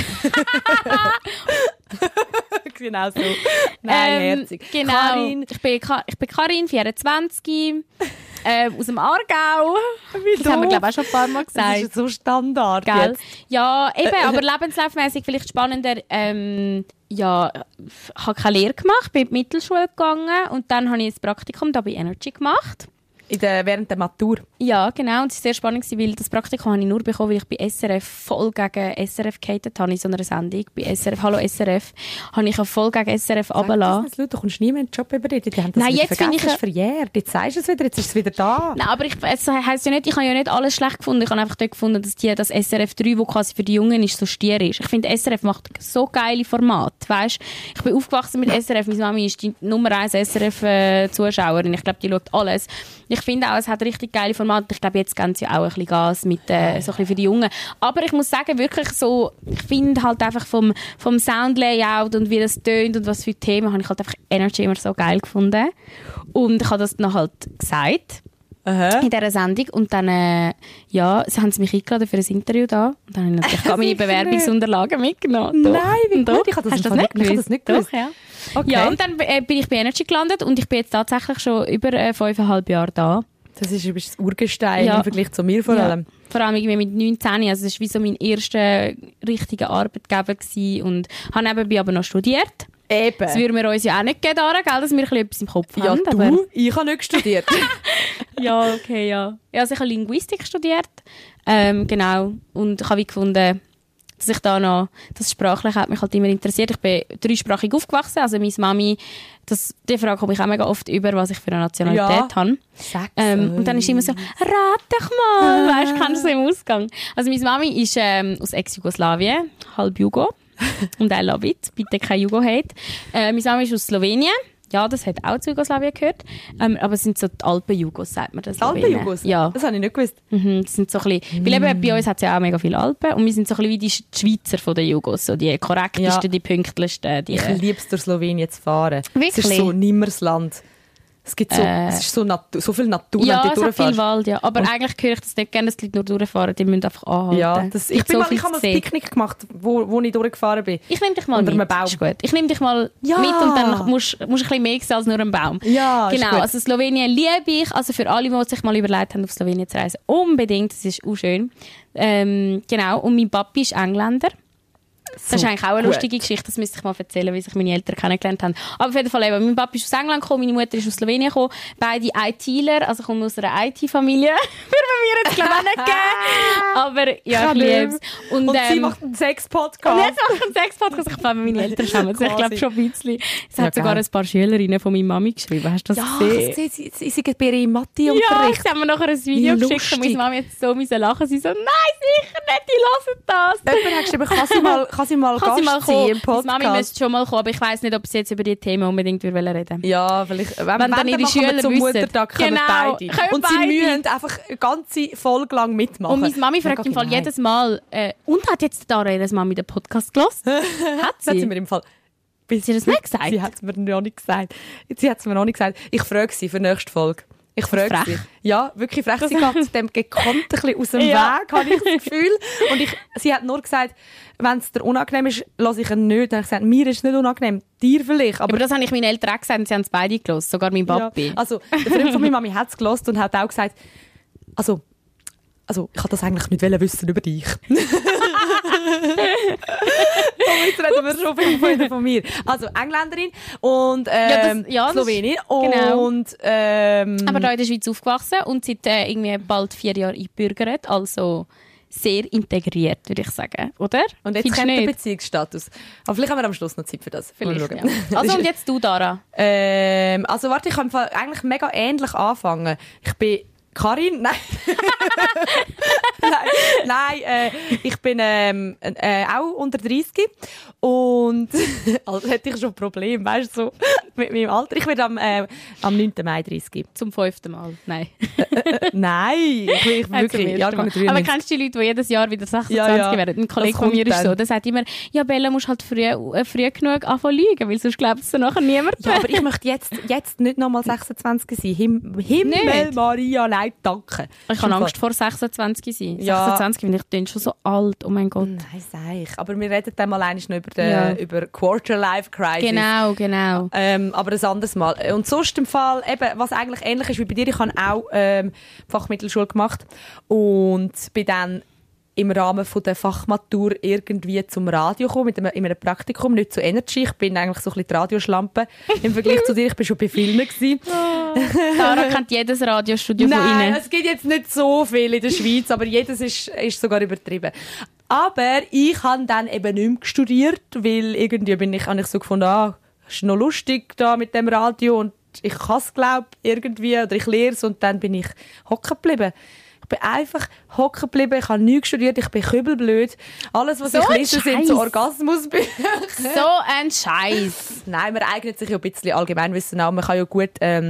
Genau so. Nein, herzig. Genau. Karin. Ich bin Karin, 24, aus dem Aargau. Das haben wir, glaube ich, auch schon ein paar Mal gesagt. Das ist so Standard. Gell? Jetzt. Ja, eben, aber lebenslaufmässig vielleicht spannender. Ja, ich habe keine Lehre gemacht, bin in die Mittelschule gegangen und dann habe ich ein Praktikum da bei Energy gemacht. Während der Matur. Ja, genau. Und es war sehr spannend, weil das Praktikum habe ich nur bekommen, weil ich bei SRF voll gegen SRF gehatet habe in so einer Sendung. Bei SRF, Hallo SRF, habe ich auch voll gegen SRF runtergelassen. Du kommst nie mehr in den Job über dich. Die haben das Nein, jetzt finde ich... Das ist verjährt. Jetzt sagst du es wieder, jetzt ist es wieder da. Nein, aber es heisst ja nicht, ich habe ja nicht alles schlecht gefunden. Ich habe einfach dort gefunden, dass das SRF 3, das quasi für die Jungen ist, so stier ist. Ich finde, SRF macht so geile Formate, weißt? Ich bin aufgewachsen mit SRF. Meine Mami ist die Nummer 1 SRF-Zuschauerin. Ich glaube, die schaut alles. Ich finde auch, es hat richtig geile Formate. Ich glaube, jetzt geben sie ja auch ein bisschen Gas mit, so ein bisschen für die Jungen. Aber ich muss sagen, wirklich so, ich finde halt einfach vom Soundlayout und wie das tönt und was für Themen, habe ich halt einfach Energy immer so geil gefunden. Und ich habe das dann halt gesagt. Aha. In dieser Sendung. Und dann, ja, sie haben mich eingeladen für ein Interview da. Und dann habe ich natürlich meine Bewerbungsunterlagen mitgenommen. Nein, wie gut. Ich habe das nicht gewusst. Doch, ja. Okay. Ja, und dann bin ich bei Energy gelandet und ich bin jetzt tatsächlich schon über 5,5 Jahre da. Das ist das Urgestein im Vergleich zu mir vor allem. Vor allem irgendwie mit 19. Also das war wie so mein erster richtiger Arbeitgeber gewesen. Und habe nebenbei aber noch studiert. Eben. Das würden wir uns ja auch nicht geben, gell, dass wir etwas im Kopf haben. Ja, du? Ich habe nicht studiert. Ja, okay, ja. Also ich habe Linguistik studiert. Genau. Und ich habe gefunden, dass ich da noch, das Sprachliche hat mich halt immer interessiert. Ich bin dreisprachig aufgewachsen. Also meine Mami, die Frage komme ich auch mega oft über, was ich für eine Nationalität habe. Und dann ist immer so, rat doch mal. Weißt du, kennst du so im Ausgang? Also meine Mami ist aus Ex-Jugoslawien, halb Jugo. Und I love it. Bitte kein Jugo-Hate. Meine Mami ist aus Slowenien. Ja, das hat auch zu Jugoslawien gehört. Aber es sind so die Alpen-Jugos, sagt man das. Alpen-Jugos? Ja. Das habe ich nicht gewusst. Das sind so ein bisschen, weil eben bei uns hat es ja auch mega viele Alpen und wir sind so ein bisschen wie die Schweizer von den Jugos, so die korrektesten, die pünktlichsten. Ich liebe es, durch Slowenien zu fahren. Wirklich? Es ist so ein Nimmersland. Es gibt es ist so viel Natur, ja, wenn du durchfährst. Ja, es hat viel Wald, ja. Aber und eigentlich höre ich das nicht gerne, dass die Leute nur durchfahren, die müssen einfach anhalten. Ja, ich habe mal ein Picknick gemacht, wo ich durchgefahren bin. Ich nehme dich mal unter mit. einem Baum. Ist gut. Ich nehme dich mal mit und dann musst du ein bisschen mehr sehen als nur einen Baum. Ja, genau, also Slowenien liebe ich. Also für alle, die sich mal überlegt haben, auf Slowenien zu reisen, unbedingt, das ist auch schön. Genau, und mein Papi ist Engländer. Das ist eigentlich auch eine lustige Geschichte, das müsste ich mal erzählen, wie sich meine Eltern kennengelernt haben. Aber auf jeden Fall eben, mein Papa ist aus England gekommen, meine Mutter ist aus Slowenien gekommen, beide ITler, also kommen aus einer IT-Familie. Würden wir jetzt glaube ich auch nicht geben. Aber ja, ich liebe es. Und sie macht einen Sex-Podcast. Und jetzt macht einen Sex-Podcast. Ich glaube, meine Eltern schämen sich, ich glaube schon ein bisschen. Es hat sogar ein paar Schülerinnen von meiner Mami geschrieben. Hast du das gesehen? Ja, sie sind bei ihr im Mathe-Unterricht. Ja, sie haben mir nachher ein Video geschickt und meine Mami jetzt so lachen. Sie so, nein, sicher nicht, die hören das. Jemand hat geschrieben, kann sie mal Gast sein im Podcast. Meine Mami müsste schon mal kommen, aber ich weiss nicht, ob sie jetzt über die Themen unbedingt reden wollen. Ja, vielleicht. Wenn dann ihre Schüler zum wissen. Muttertag kommen beide. Und sie müssen einfach eine ganze Folge lang mitmachen. Und meine Mami fragt im Fall jedes Mal, und hat jetzt Dara ihre Mami den Podcast gehört? Hat sie? Hat sie mir im Fall... Hat sie das nicht gesagt? Sie hat es mir noch nicht gesagt. Ich frage sie für die nächste Folge. Ich frage sie. Ja, wirklich frech. Sie geht dem gekonnt ein bisschen aus dem Weg, habe ich das Gefühl. Und sie hat nur gesagt, wenn es dir unangenehm ist, lasse ich ihn nicht. Dann habe ich gesagt, mir ist es nicht unangenehm, dir vielleicht. Aber das habe ich meinen Eltern auch gesagt und sie haben es beide gehört, sogar mein Papi. Ja, also, der Freund von meiner Mami hat es gehört und hat auch gesagt, also, ich wollte das eigentlich nicht wissen über dich. Jetzt reden wir schon viel von mir. Also Engländerin und Slowenin. Genau. Und, aber da in der Schweiz aufgewachsen und seit irgendwie bald 4 Jahren eingebürgert. Also sehr integriert, würde ich sagen. Oder? Und jetzt kommt der Beziehungsstatus. Aber vielleicht haben wir am Schluss noch Zeit für das. Vielleicht, ja. Also und jetzt du, Dara? Also warte, ich kann eigentlich mega ähnlich anfangen. Ich bin Karin? Nein. Nein, ich bin auch unter 30 und also hätte ich schon ein Problem, weißt du, so mit meinem Alter. Ich werde am 9. Mai 30. Zum 5. Mal? Nein. Nein, ich wirklich. Aber kennst du die Leute, die jedes Jahr wieder 26 werden? Ein Kollege von mir ist so, der sagt immer, ja Bella, musst halt früh genug anfangen zu lügen, weil sonst glaubt es nachher niemand. Ja, aber ich möchte jetzt nicht nochmal 26 sein. Himmel, Maria, nein, danke. Ich habe Angst vor 26 sein. Ja. 26 bin ich schon so alt, oh mein Gott. Nein, sag ich. Aber wir reden dann mal noch über Quarter-Life-Crisis. Genau. Aber ein anderes Mal. Und sonst im Fall, eben, was eigentlich ähnlich ist wie bei dir, ich habe auch Fachmittelschule gemacht und bin dann im Rahmen von der Fachmatur irgendwie zum Radio gekommen, in einem Praktikum, nicht zu Energy. Ich bin eigentlich so ein bisschen die Radioschlampe im Vergleich zu dir. Ich war schon bei Filmen. Sarah kennt jedes Radiostudio von Ihnen. Nein, es gibt jetzt nicht so viel in der Schweiz, aber jedes ist sogar übertrieben. Aber ich habe dann eben nicht mehr studiert, weil irgendwie habe ich so gefunden, ist noch lustig da mit dem Radio und ich kann es, glaube ich, irgendwie, oder ich lehre es und dann bin ich hocken geblieben. Ich bin einfach hocken geblieben, ich habe nichts studiert, ich bin kübelblöd. Alles, was ich lese, sind so Orgasmusbücher. So ein Scheiß. Nein, man eignet sich ja ein bisschen Allgemeinwissen an. Man kann ja gut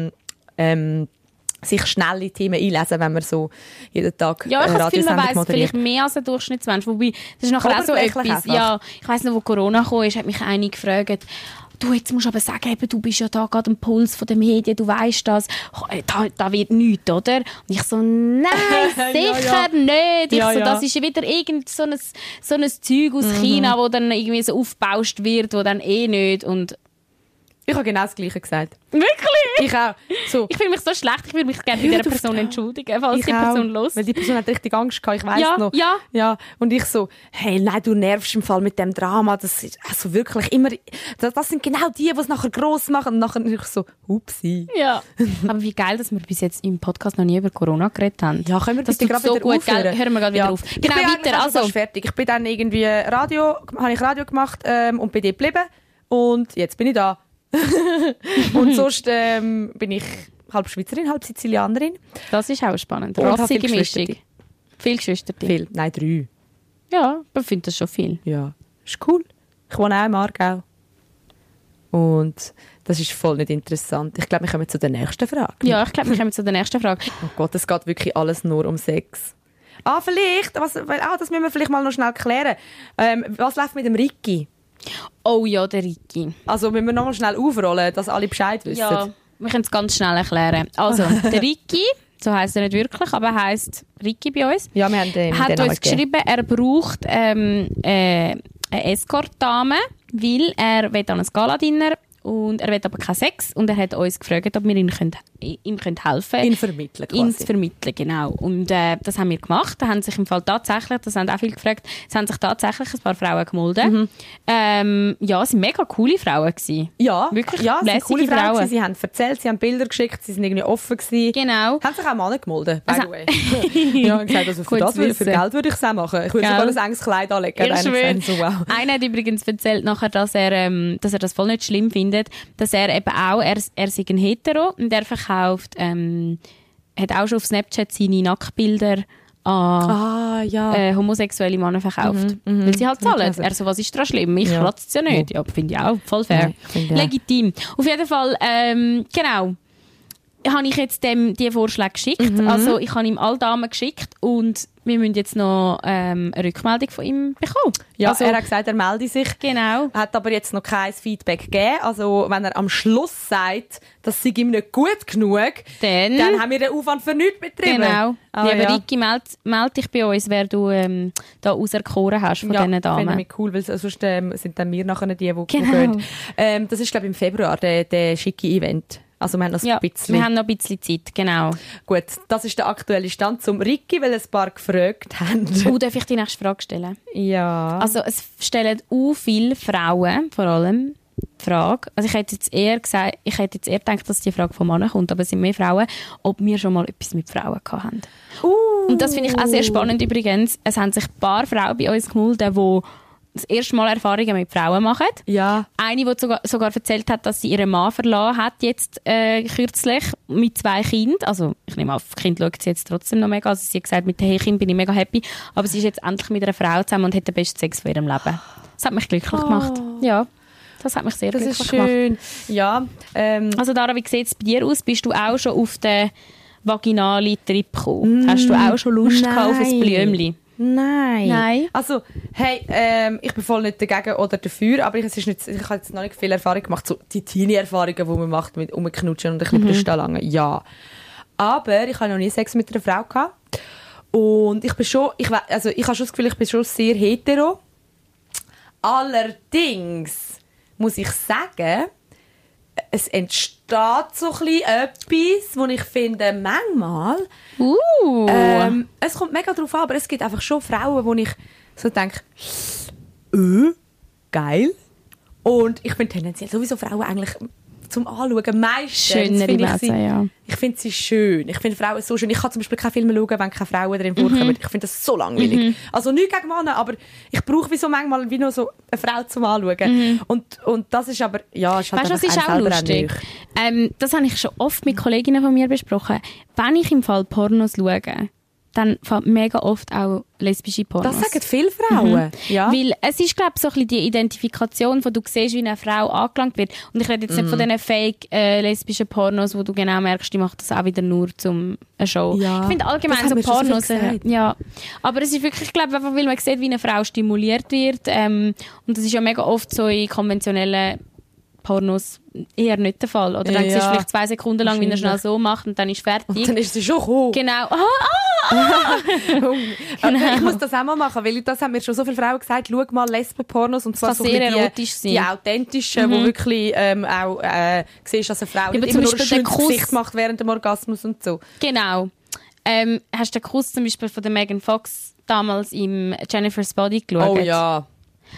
sich schnelle Themen einlesen, wenn man so jeden Tag ja, ich habe das Gefühl, man weiss moderiert. vielleicht mehr als ein Durchschnittsmensch. Wobei, das ist nachher auch so etwas. Ja, ich weiss noch, wo Corona kam, hat mich eine gefragt, du, jetzt musst du aber sagen, eben, du bist ja da gerade am Puls der Medien, du weisst das, da wird nichts, oder? Und ich so, nein, sicher nicht. Ich so, das ist wieder irgend so ein Zeug aus China, wo dann irgendwie so aufgebauscht wird, wo dann nicht und ich habe genau das Gleiche gesagt. Wirklich? Ich auch. So. Ich fühle mich so schlecht, ich würde mich gerne bei dieser Person entschuldigen, falls die Person los. Weil die Person hat richtig Angst gehabt, ich weiss noch. Ja. Und ich so, hey, nein, du nervst im Fall mit dem Drama. Das ist also wirklich immer, das sind genau die es nachher gross machen. Und nachher ich so, upsi. Ja. Aber wie geil, dass wir bis jetzt im Podcast noch nie über Corona geredet haben. Ja, können wir das bitte gerade so wieder gut, aufhören? Hören wir gerade wieder auf. Genau, weiter. Also fertig. Ich bin dann irgendwie habe ich Radio gemacht und bin dort geblieben. Und jetzt bin ich da. Und sonst bin ich halb Schweizerin, halb Sizilianerin. Das ist auch spannend. Rassige Mischung. Viele Geschwister? Viel. Nein, 3. Ja, ich finde das schon viel. Ja, ist cool. Ich wohne auch im Aargau. Und das ist voll nicht interessant. Ich glaube, wir kommen zu der nächsten Frage. Ja, ich glaube, wir kommen zu der nächsten Frage. Oh Gott, es geht wirklich alles nur um Sex. Vielleicht. Das müssen wir vielleicht mal noch schnell klären. Was läuft mit dem Ricky? Oh ja, der Ricky. Also müssen wir noch mal schnell aufrollen, dass alle Bescheid wissen. Ja, wir können es ganz schnell erklären. Also, der Ricky, so heisst er nicht wirklich, aber er heisst Ricky bei uns. Ja, wir haben den hat uns geschrieben, er braucht eine Escort-Dame, weil er will an ein Gala-Dinner und er will aber keinen Sex und er hat uns gefragt, ob wir ihm helfen können. Ihn vermitteln quasi. Ihn vermitteln, genau. Und das haben wir gemacht. Da haben sich im Fall tatsächlich, das haben auch viele gefragt, es haben sich tatsächlich ein paar Frauen gemeldet. Ja, es waren mega coole Frauen gewesen. Ja, wirklich ja, es sind coole Frauen. Gewesen. Sie haben erzählt, sie haben Bilder geschickt, sie sind irgendwie offen gewesen. Genau. Haben sich auch Männer gemeldet, by the way. Ja, und gesagt, also für Geld würde ich es auch machen. Ich würde sogar ein enges Kleid anlegen. Ich schwöre. So, wow. Einer hat übrigens erzählt nachher, dass er das voll nicht schlimm findet, dass er eben auch, er sei ein Hetero und er verkauft, hat auch schon auf Snapchat seine Nacktbilder an homosexuelle Männer verkauft. Weil sie halt zahlen. Er so, was ist daran schlimm? Ich kratze es ja nicht. Ja, finde ich auch. Voll fair. Legitim. Auf jeden Fall, genau, habe ich jetzt dem die Vorschläge geschickt. Also ich habe ihm alle Damen geschickt und wir müssen jetzt noch eine Rückmeldung von ihm bekommen. Ja, also, er hat gesagt, er melde sich. Genau. Hat aber jetzt noch kein Feedback gegeben. Also wenn er am Schluss sagt, das sei ihm nicht gut genug, dann haben wir den Aufwand für nichts betrieben. Genau. Lieber Ricky, melde dich bei uns, wer du da auserkoren hast von diesen Damen. Ja, finde ich cool, weil sonst sind dann wir nachher die gehen. Das ist, glaube ich, im Februar, der schicke Event. Also wir haben noch ein bisschen. Wir haben noch ein bisschen Zeit, genau. Gut, das ist der aktuelle Stand zum Ricky, weil ein paar gefragt haben. Darf ich die nächste Frage stellen? Ja. Also es stellen viele Frauen, vor allem, die Frage, also ich hätte jetzt eher gedacht, dass die Frage von Männern kommt, aber es sind mehr Frauen, ob wir schon mal etwas mit Frauen gehabt haben. Und das finde ich auch sehr spannend übrigens. Es haben sich ein paar Frauen bei uns gemeldet, die das erste Mal Erfahrungen mit Frauen machen. Ja. Eine, die sogar erzählt hat, dass sie ihren Mann verlassen hat, jetzt kürzlich, mit 2 Kindern. Also, ich nehme an, auf Kind schaut sie jetzt trotzdem noch mega. Also, sie hat gesagt, mit den Kind bin ich mega happy. Aber sie ist jetzt endlich mit einer Frau zusammen und hat den besten Sex von ihrem Leben. Das hat mich glücklich gemacht. Ja, das hat mich sehr glücklich gemacht. Das ist schön. Ja, also, Dara, wie sieht es bei dir aus? Bist du auch schon auf den vaginalen Trip gekommen? Hast du auch schon Lust gehabt auf ein Blümchen? Nein. Also, hey, ich bin voll nicht dagegen oder dafür, aber ich habe jetzt noch nicht viel Erfahrung gemacht, so die Teenie-Erfahrungen, die man macht mit Rumknutschen und ein bisschen Brüstenlangen. Ja. Aber ich habe noch nie Sex mit einer Frau gehabt. Und ich bin schon, ich habe schon das Gefühl, ich bin schon sehr hetero. Allerdings muss ich sagen, es entsteht so ein bisschen etwas, wo ich finde, manchmal, es kommt mega drauf an, aber es gibt einfach schon Frauen, wo ich so denke, geil. Und ich finde tendenziell sowieso Frauen eigentlich zum Anschauen meistens. Schöner ja. Ich finde sie schön. Ich finde Frauen so schön. Ich kann zum Beispiel keine Filme schauen, wenn keine Frauen drin vorkommen. Ich finde das so langweilig. Also nicht gegen Männer, aber ich brauche wie so manchmal wie noch so eine Frau zum Anschauen. Und das ist aber, ja, ist halt weißt du, was ist auch lustig? Das habe ich schon oft mit Kolleginnen von mir besprochen. Wenn ich im Fall Pornos schaue, dann mega oft auch lesbische Pornos. Das sagen viele Frauen. Ja. Weil es ist, glaube ich, so ein bisschen die Identifikation, wo du siehst, wie eine Frau angelangt wird. Und ich rede jetzt nicht von diesen fake lesbischen Pornos, wo du genau merkst, die macht das auch wieder nur zum eine Show. Ja. Ich finde allgemein so Pornos... ja. Aber es ist wirklich, ich glaube, einfach, weil man sieht, wie eine Frau stimuliert wird. Und das ist ja mega oft so in konventionellen Pornos eher nicht der Fall. Oder dann siehst du vielleicht 2 Sekunden lang, wie er schnell so macht und dann ist fertig. Und dann ist sie schon gekommen. Genau. Genau. Ich muss das auch mal machen, weil das haben mir schon so viele Frauen gesagt, schau mal Lesben-Pornos und zwar so sehr erotisch sein. Die authentischen, wo wirklich auch siehst, dass eine Frau nicht immer nur ein schönes Gesicht macht während dem Orgasmus und so. Genau. Hast du den Kuss zum Beispiel von der Megan Fox damals im Jennifer's Body geschaut? Oh ja.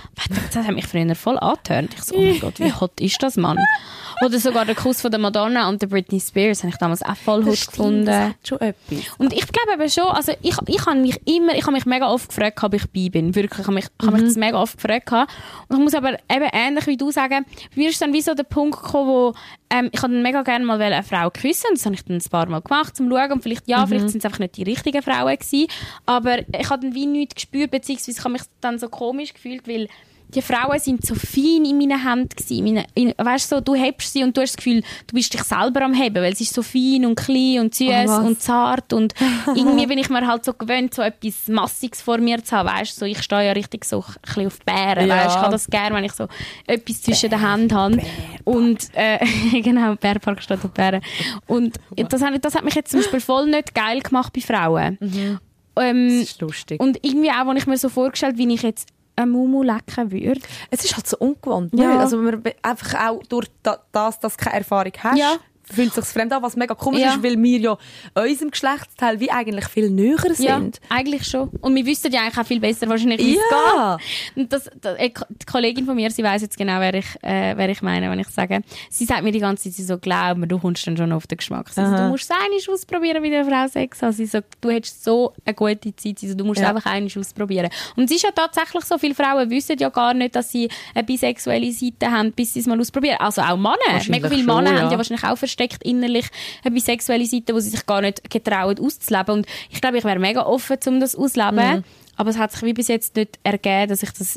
Das hat mich früher voll angetörnt. Ich so, oh mein Gott, wie hot ist das, Mann? Oder sogar der Kuss von der Madonna und der Britney Spears habe ich damals auch voll hot gefunden. Das hat schon etwas. Und ich glaube eben schon, also ich habe mich mega oft gefragt, ob ich bi bin. Wirklich, ich habe mich das mega oft gefragt. Und ich muss aber eben ähnlich wie du sagen, bei mir ist dann wie so der Punkt gekommen, wo ich dann mega gerne mal eine Frau küssen. Das habe ich dann ein paar Mal gemacht, zum Schauen. Und vielleicht sind es einfach nicht die richtigen Frauen gewesen. Aber ich habe dann wie nichts gespürt, beziehungsweise ich habe mich dann so komisch gefühlt, weil die Frauen sind so fein in meinen Händen gewesen. Weißt du, so, du hebst sie und du hast das Gefühl, du bist dich selber am Heben, weil sie ist so fein und klein und süß und zart und irgendwie bin ich mir halt so gewöhnt, so etwas Massiges vor mir zu haben, weißt du, so, ich stehe ja richtig so ein bisschen auf die Bären, weißt du, ich habe das gerne, wenn ich so etwas zwischen den Händen habe und genau, Bärpark steht auf Bären und das hat mich jetzt zum Beispiel voll nicht geil gemacht bei Frauen. Das ist lustig. Und irgendwie auch, als ich mir so vorgestellt, wie ich jetzt eine Mumu lecken würde. Es ist halt so ungewohnt. Ja. Nicht? Also man einfach auch durch das, dass du keine Erfahrung hast, fühlt sich fremd an, was mega komisch ist, weil wir ja unserem Geschlechtsteil wie eigentlich viel näher sind. Ja, eigentlich schon. Und wir wüssten ja eigentlich auch viel besser wahrscheinlich, wie es geht. Und die Kollegin von mir, sie weiss jetzt genau, wer ich meine, wenn ich sage. Sie sagt mir die ganze Zeit, sie so, glaub mir, du kommst dann schon auf den Geschmack. Sie so, du musst es einmal ausprobieren, wie eine Frau Sex hat. Sie so, du hättest so eine gute Zeit, also, du musst es einfach einmal ausprobieren. Und es ist ja tatsächlich so, viele Frauen wissen ja gar nicht, dass sie eine bisexuelle Seite haben, bis sie es mal ausprobieren. Also auch Männer. Mega viele Männer haben ja wahrscheinlich auch versteckt innerlich eine bisexuelle Seite, die sie sich gar nicht getrauen auszuleben. Und ich glaube, ich wäre mega offen, um das auszuleben. Aber es hat sich wie bis jetzt nicht ergeben, dass ich das,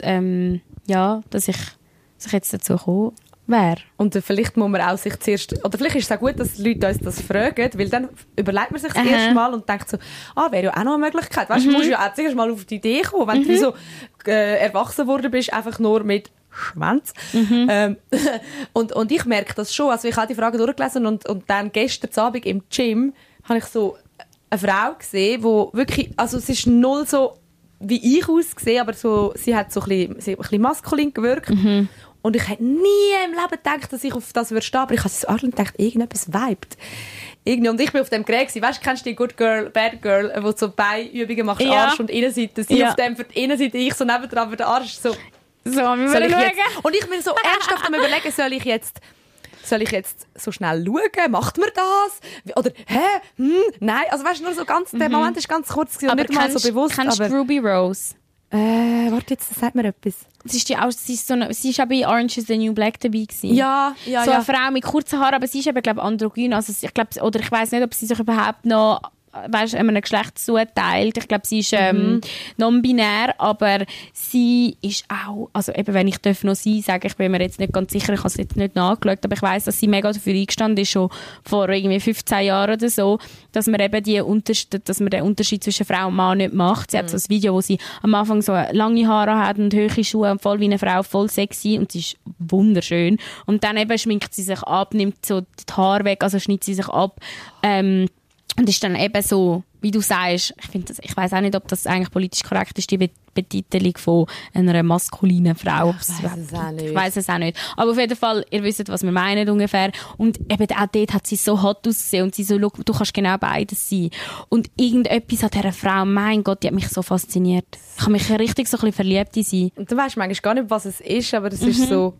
dass ich jetzt dazu gekommen wäre. Und vielleicht muss man auch sich zuerst, oder vielleicht ist es auch gut, dass die Leute uns das fragen, weil dann überlegt man sich das erste Mal und denkt so, wäre ja auch noch eine Möglichkeit. Weißt, du musst ja auch zuerst mal auf die Idee kommen, wenn du so erwachsen worden bist, einfach nur mit Schwanz. Und ich merke das schon. Also ich habe die Frage durchgelesen und dann gestern Abend im Gym habe ich so eine Frau gesehen, die wirklich, also es ist null so, wie ich ausgesehen, aber so, sie hat so ein bisschen maskulin gewirkt. Und ich hätte nie im Leben gedacht, dass ich auf das würde stehen, aber ich habe so angeschaut und gedacht, irgendetwas vibet. Und ich bin auf dem Gerät gewesen. Weißt du, kennst du die Good Girl, Bad Girl, wo du so Beinübungen machst, Arsch und Innenseite. Sie auf dem für die Innenseite, ich so nebendran für den Arsch. So, soll ich jetzt? Und ich bin so ernsthaft am Überlegen, soll ich jetzt so schnell schauen? Macht man das? Oder, nein. Also weißt du, nur so ganz, der Moment ist ganz kurz gewesen, aber nicht mal so bewusst. Kennst du Ruby Rose? Warte, jetzt sagt mir etwas. Sie ist auch bei Orange is the New Black dabei gewesen. Ja. Eine Frau mit kurzen Haaren, aber sie ist eben, glaube ich, androgyn. Also ich glaube, oder ich weiss nicht, ob sie sich überhaupt noch einem Geschlecht zuteilt. Ich glaube, sie ist non-binär, aber sie ist auch, also eben, wenn ich noch sie sagen, ich bin mir jetzt nicht ganz sicher, ich habe es jetzt nicht nachgeschaut, aber ich weiss, dass sie mega dafür eingestanden ist, schon vor irgendwie 15 Jahren oder so, dass man eben den Unterschied zwischen Frau und Mann nicht macht. Sie hat so ein Video, wo sie am Anfang so lange Haare hat und hohe Schuhe und voll wie eine Frau, voll sexy und sie ist wunderschön. Und dann eben schminkt sie sich ab, nimmt so die Haare weg, also schneidet sie sich ab, und ist dann eben so, wie du sagst, ich weiss auch nicht, ob das eigentlich politisch korrekt ist, die Betitelung von einer maskulinen Frau. Ich weiss es auch nicht. Aber auf jeden Fall, ihr wisst, was wir meinen ungefähr. Und eben auch dort hat sie so hot ausgesehen und sie so, schau, du kannst genau beides sein. Und irgendetwas an dieser Frau, mein Gott, die hat mich so fasziniert. Ich habe mich richtig so ein bisschen verliebt in sie. Und du weisst manchmal gar nicht, was es ist, aber es ist so,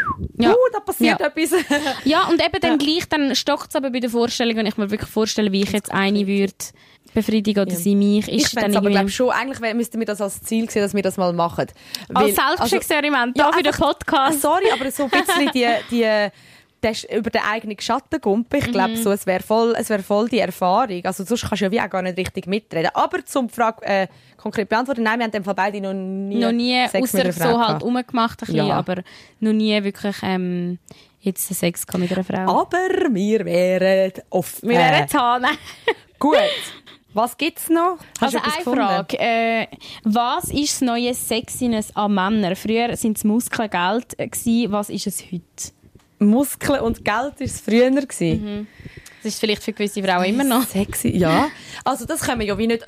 da passiert etwas. Ja, und eben dann gleich, dann stockt es aber bei der Vorstellung, wenn ich mir wirklich vorstelle, wie ich jetzt eine würde befriedigen oder sie mich. Ich fände es aber glaube schon, eigentlich müssten wir das als Ziel sehen, dass wir das mal machen. Als Selbstexperiment, für den Podcast. Sorry, aber so ein bisschen über den eigenen Schatten gumpen. Ich glaube, so, es wäre voll die Erfahrung. Also sonst kannst du ja wie auch gar nicht richtig mitreden. Aber zum Frage konkret beantworten, nein, wir haben in dem Fall beide noch nie Sex mit einer Frau so halt rumgemacht, ein bisschen, aber noch nie wirklich jetzt Sex mit einer Frau. Aber wir wären offen. Wir wären Zahn. Gut. Was gibt's noch? Also eine Frage. Was ist das neue Sexiness an Männern? Früher waren es Muskeln, Geld. Was ist es heute? Muskeln und Geld war es früher. Das ist vielleicht für gewisse Frauen immer noch. Sexy, ja. Also das können wir ja wie nicht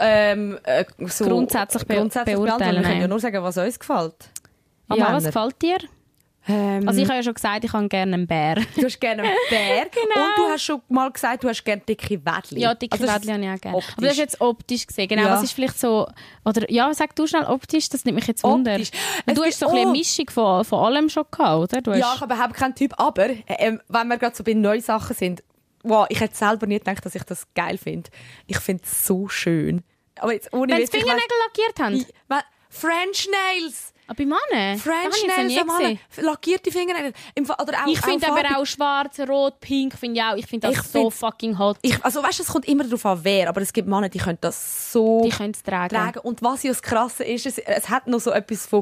so grundsätzlich beurteilen. Wir können ja nur sagen, was uns gefällt. Ja, was gefällt dir? Also ich habe ja schon gesagt, ich habe gerne einen Bär. Du hast gerne einen Bär? Genau. Und du hast schon mal gesagt, du hast gerne dicke Wädli. Ja, dicke Wädli habe ich auch gerne. Optisch. Aber das ist jetzt optisch gesehen. Genau, was ist vielleicht so... Oder ja, sag du schnell optisch, das nimmt mich jetzt Wunder. Du hast so eine Mischung von allem schon gehabt, oder? Ja, ich habe überhaupt keinen Typ. Aber wenn wir gerade so bei neuen Sachen sind, ich hätte selber nicht gedacht, dass ich das geil finde. Ich finde es so schön. Aber jetzt ohne wenn sie Fingernägel lackiert haben? French Nails! Aber bei Männern? French Nails, lackierte Fingernägel. Ich finde aber auch schwarz, rot, pink, ich finde das so fucking hot. Also weißt du, es kommt immer darauf an, wer, aber es gibt Männer, die können das so tragen. Und was ja das Krasse ist, es hat noch so etwas von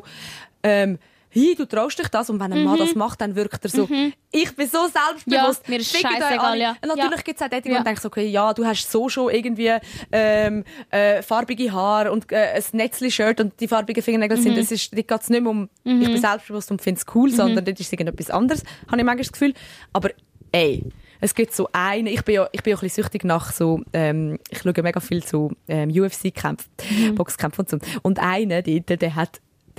du traust dich das und wenn ein Mann das macht, dann wirkt er so, ich bin so selbstbewusst. Ja, mir ist scheißegal, ja. Natürlich gibt es auch dort, wo man denkt, okay, ja, du hast so schon irgendwie farbige Haare und ein Netzli-Shirt und die farbigen Fingernägel sind, dort geht es nicht mehr um, ich bin selbstbewusst und finde es cool, sondern dort ist es irgendetwas anderes, habe ich manchmal das Gefühl. Aber es gibt so einen, ich bin ja ein bisschen süchtig nach so, ich schaue mega viel zu UFC-Kämpfen, Boxkämpfen und so. Und einer, der hat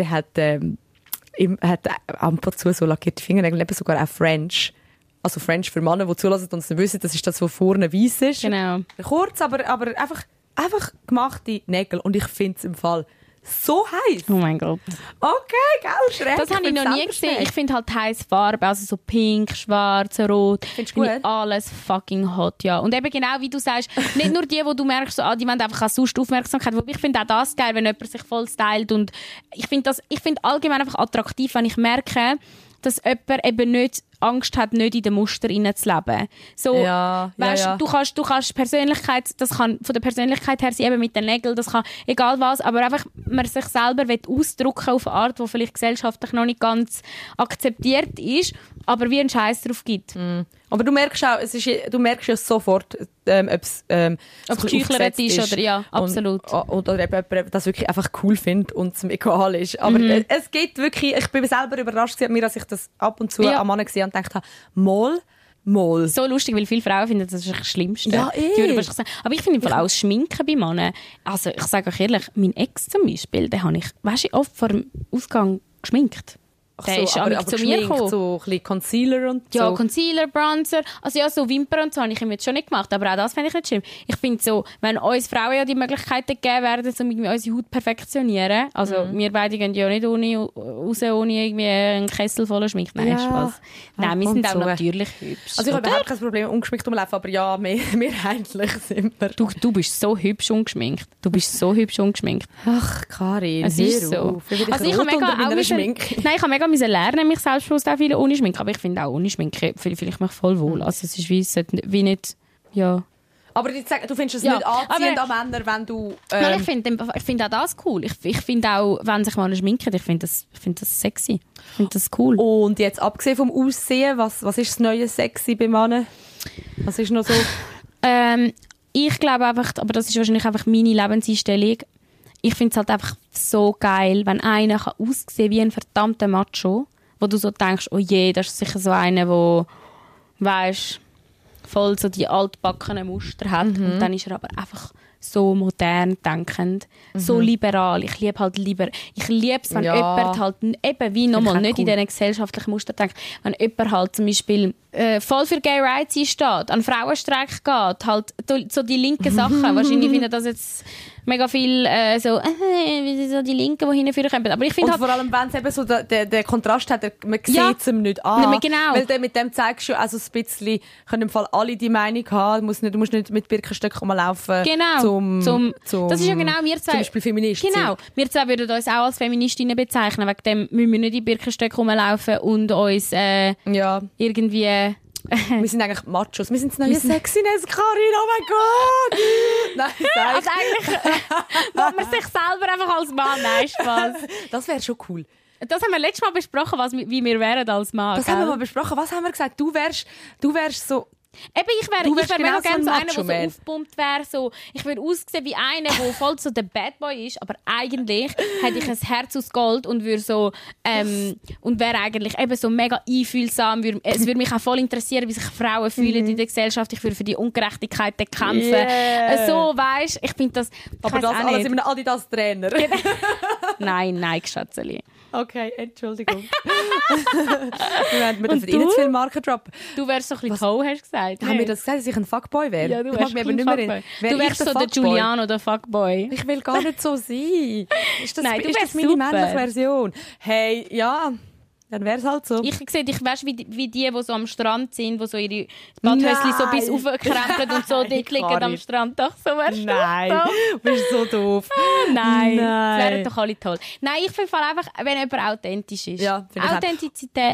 ab und zu so lackierte Fingernägel, eben sogar auch French. Also French für Männer, die zulassen und es nicht wissen, das ist das, was vorne weiss ist. Genau. Kurz, aber einfach gemachte Nägel. Und ich finde es im Fall so heiß. Oh mein Gott. Okay, geil, schräg. Das habe ich noch nie gesehen. Ich finde halt heiße Farben, also so pink, schwarz, rot. Findest du gut? Alles fucking hot, ja. Und eben genau wie du sagst, nicht nur die du merkst, so, die wollen einfach sonst Aufmerksamkeit. Wobei ich finde auch das geil, wenn jemand sich voll stylt. Und ich finde allgemein einfach attraktiv, wenn ich merke, dass jemand eben nicht Angst hat, nicht in den Muster hineinzuleben. So, weißt, du kannst Persönlichkeit, das kann von der Persönlichkeit her sein, eben mit den Nägeln, das kann egal was, aber einfach, man sich selber ausdrücken auf eine Art, die vielleicht gesellschaftlich noch nicht ganz akzeptiert ist, aber wie ein Scheiß drauf gibt. Aber du merkst auch, du merkst ja sofort, ob es geschüchtert ist oder ja, absolut. Oder ob jemand das wirklich einfach cool findet und es ihm egal ist. Aber es gibt wirklich, ich bin selber überrascht gewesen, dass ich das ab und zu am Mann gesehen und gedacht habe, mal. So lustig, weil viele Frauen finden, das ist das Schlimmste. Ja, aber ich finde im Fall auch das Schminken bei Männern. Also ich sage euch ehrlich, mein Ex zum Beispiel, den habe ich, oft vor dem Ausgang geschminkt. Der ist aber zu mir gekommen. So ein bisschen Concealer und so. Ja, Concealer, Bronzer. Also ja, so Wimpern und so habe ich ihm jetzt schon nicht gemacht, aber auch das finde ich nicht schlimm. Ich finde so, wenn uns Frauen ja die Möglichkeiten gegeben werden, um irgendwie unsere Haut perfektionieren, also wir beide gehen ja nicht raus ohne irgendwie einen Kessel voller Schmink. Nein, Spaß. Nein, wir sind auch natürlich hübsch. Also ich habe überhaupt kein Problem, ungeschminkt rumlaufen, aber ja, mehrheitlich sind wir. Du bist so hübsch ungeschminkt. Ach, Karin, es ist so. Also ich habe mega müssen lernen, mich selbstbewusst auch ohne Schminke. Aber ich finde auch ohne Schminke fühle ich mich voll wohl. Also es ist wie nicht, ja. Aber du findest es nicht anziehend an Männern, wenn du... Nein, ich finde auch das cool. Ich finde auch, wenn sich mal schminken, ich finde das sexy. Ich finde das cool. Und jetzt abgesehen vom Aussehen, was ist das neue Sexy bei Männern? Was ist noch so... Ich glaube einfach, aber das ist wahrscheinlich einfach meine Lebenseinstellung, ich finde es halt einfach so geil, wenn einer aussehen kann wie ein verdammter Macho, wo du so denkst, oh je, das ist sicher so einer, der, weisst, voll so die altbackenen Muster hat. Und dann ist er aber einfach so modern denkend, so liberal. Ich liebe es, wenn jemand halt eben wie nochmal nicht cool in diesen gesellschaftlichen Muster denkt, wenn jemand halt zum Beispiel voll für Gay Rights einsteht, an Frauenstreik geht, halt so die linken Sachen. Wahrscheinlich finden das jetzt mega viel so die Linken, die hinführen können. Aber ich finde halt, vor allem, wenn es eben so der Kontrast hat, man sieht es ihm nicht an. Nein, genau. Weil mit dem zeigst du also ein bisschen, können im Fall alle die Meinung haben, du musst nicht mit Birkenstöcken rumlaufen. Genau. Das ist ja genau wir zwei. Zum Beispiel Feministin. Genau. Wir zwei würden uns auch als Feministinnen bezeichnen. Wegen dem müssen wir nicht in Birkenstöcken rumlaufen und uns irgendwie... Wir sind eigentlich Machos. Wir sind das neue Sexiness, Karin, oh mein Gott! Nein, also eigentlich macht man sich selber einfach als Mann. Nein, Spaß. Das wäre schon cool. Das haben wir letztes Mal besprochen, wie wir wären als Mann. Das haben wir mal besprochen. Was haben wir gesagt? Du wärst so... Eben, ich wäre mega gerne so einer, der so aufgepumpt wäre. So, ich würde aussehen wie einer, der voll so der Bad Boy ist, aber eigentlich hätte ich ein Herz aus Gold und würde so und wäre eigentlich eben so mega einfühlsam. Es würde mich auch voll interessieren, wie sich Frauen fühlen in der Gesellschaft. Ich würde für die Ungerechtigkeiten kämpfen. Yeah. So, weisst, ich finde das... Aber das alles in einem Adidas-Trainer. Nein, Geschätzeli. Okay, Entschuldigung. wir dürfen nicht zu viel Marken droppen. Du wärst so ein bisschen Ho, hast du gesagt. Haben wir das gesagt, dass ich ein Fuckboy wäre? Ja, du wärst ein Fuckboy. Du wärst so der Giuliano, der Fuckboy. Ich will gar nicht so sein. Nein, du wärst meine männliche Version? Hey, ja... Dann wäre es halt so. Ich sehe dich, weißt du, wie die so am Strand sind, die so ihre Badhöschen so bis aufkrempeln und so dort liegen am Strand. Doch, so wärst du. Nein, du bist so doof. Nein, das wären doch alle toll. Nein, ich finde einfach, wenn jemand authentisch ist. Ja, Authentizität.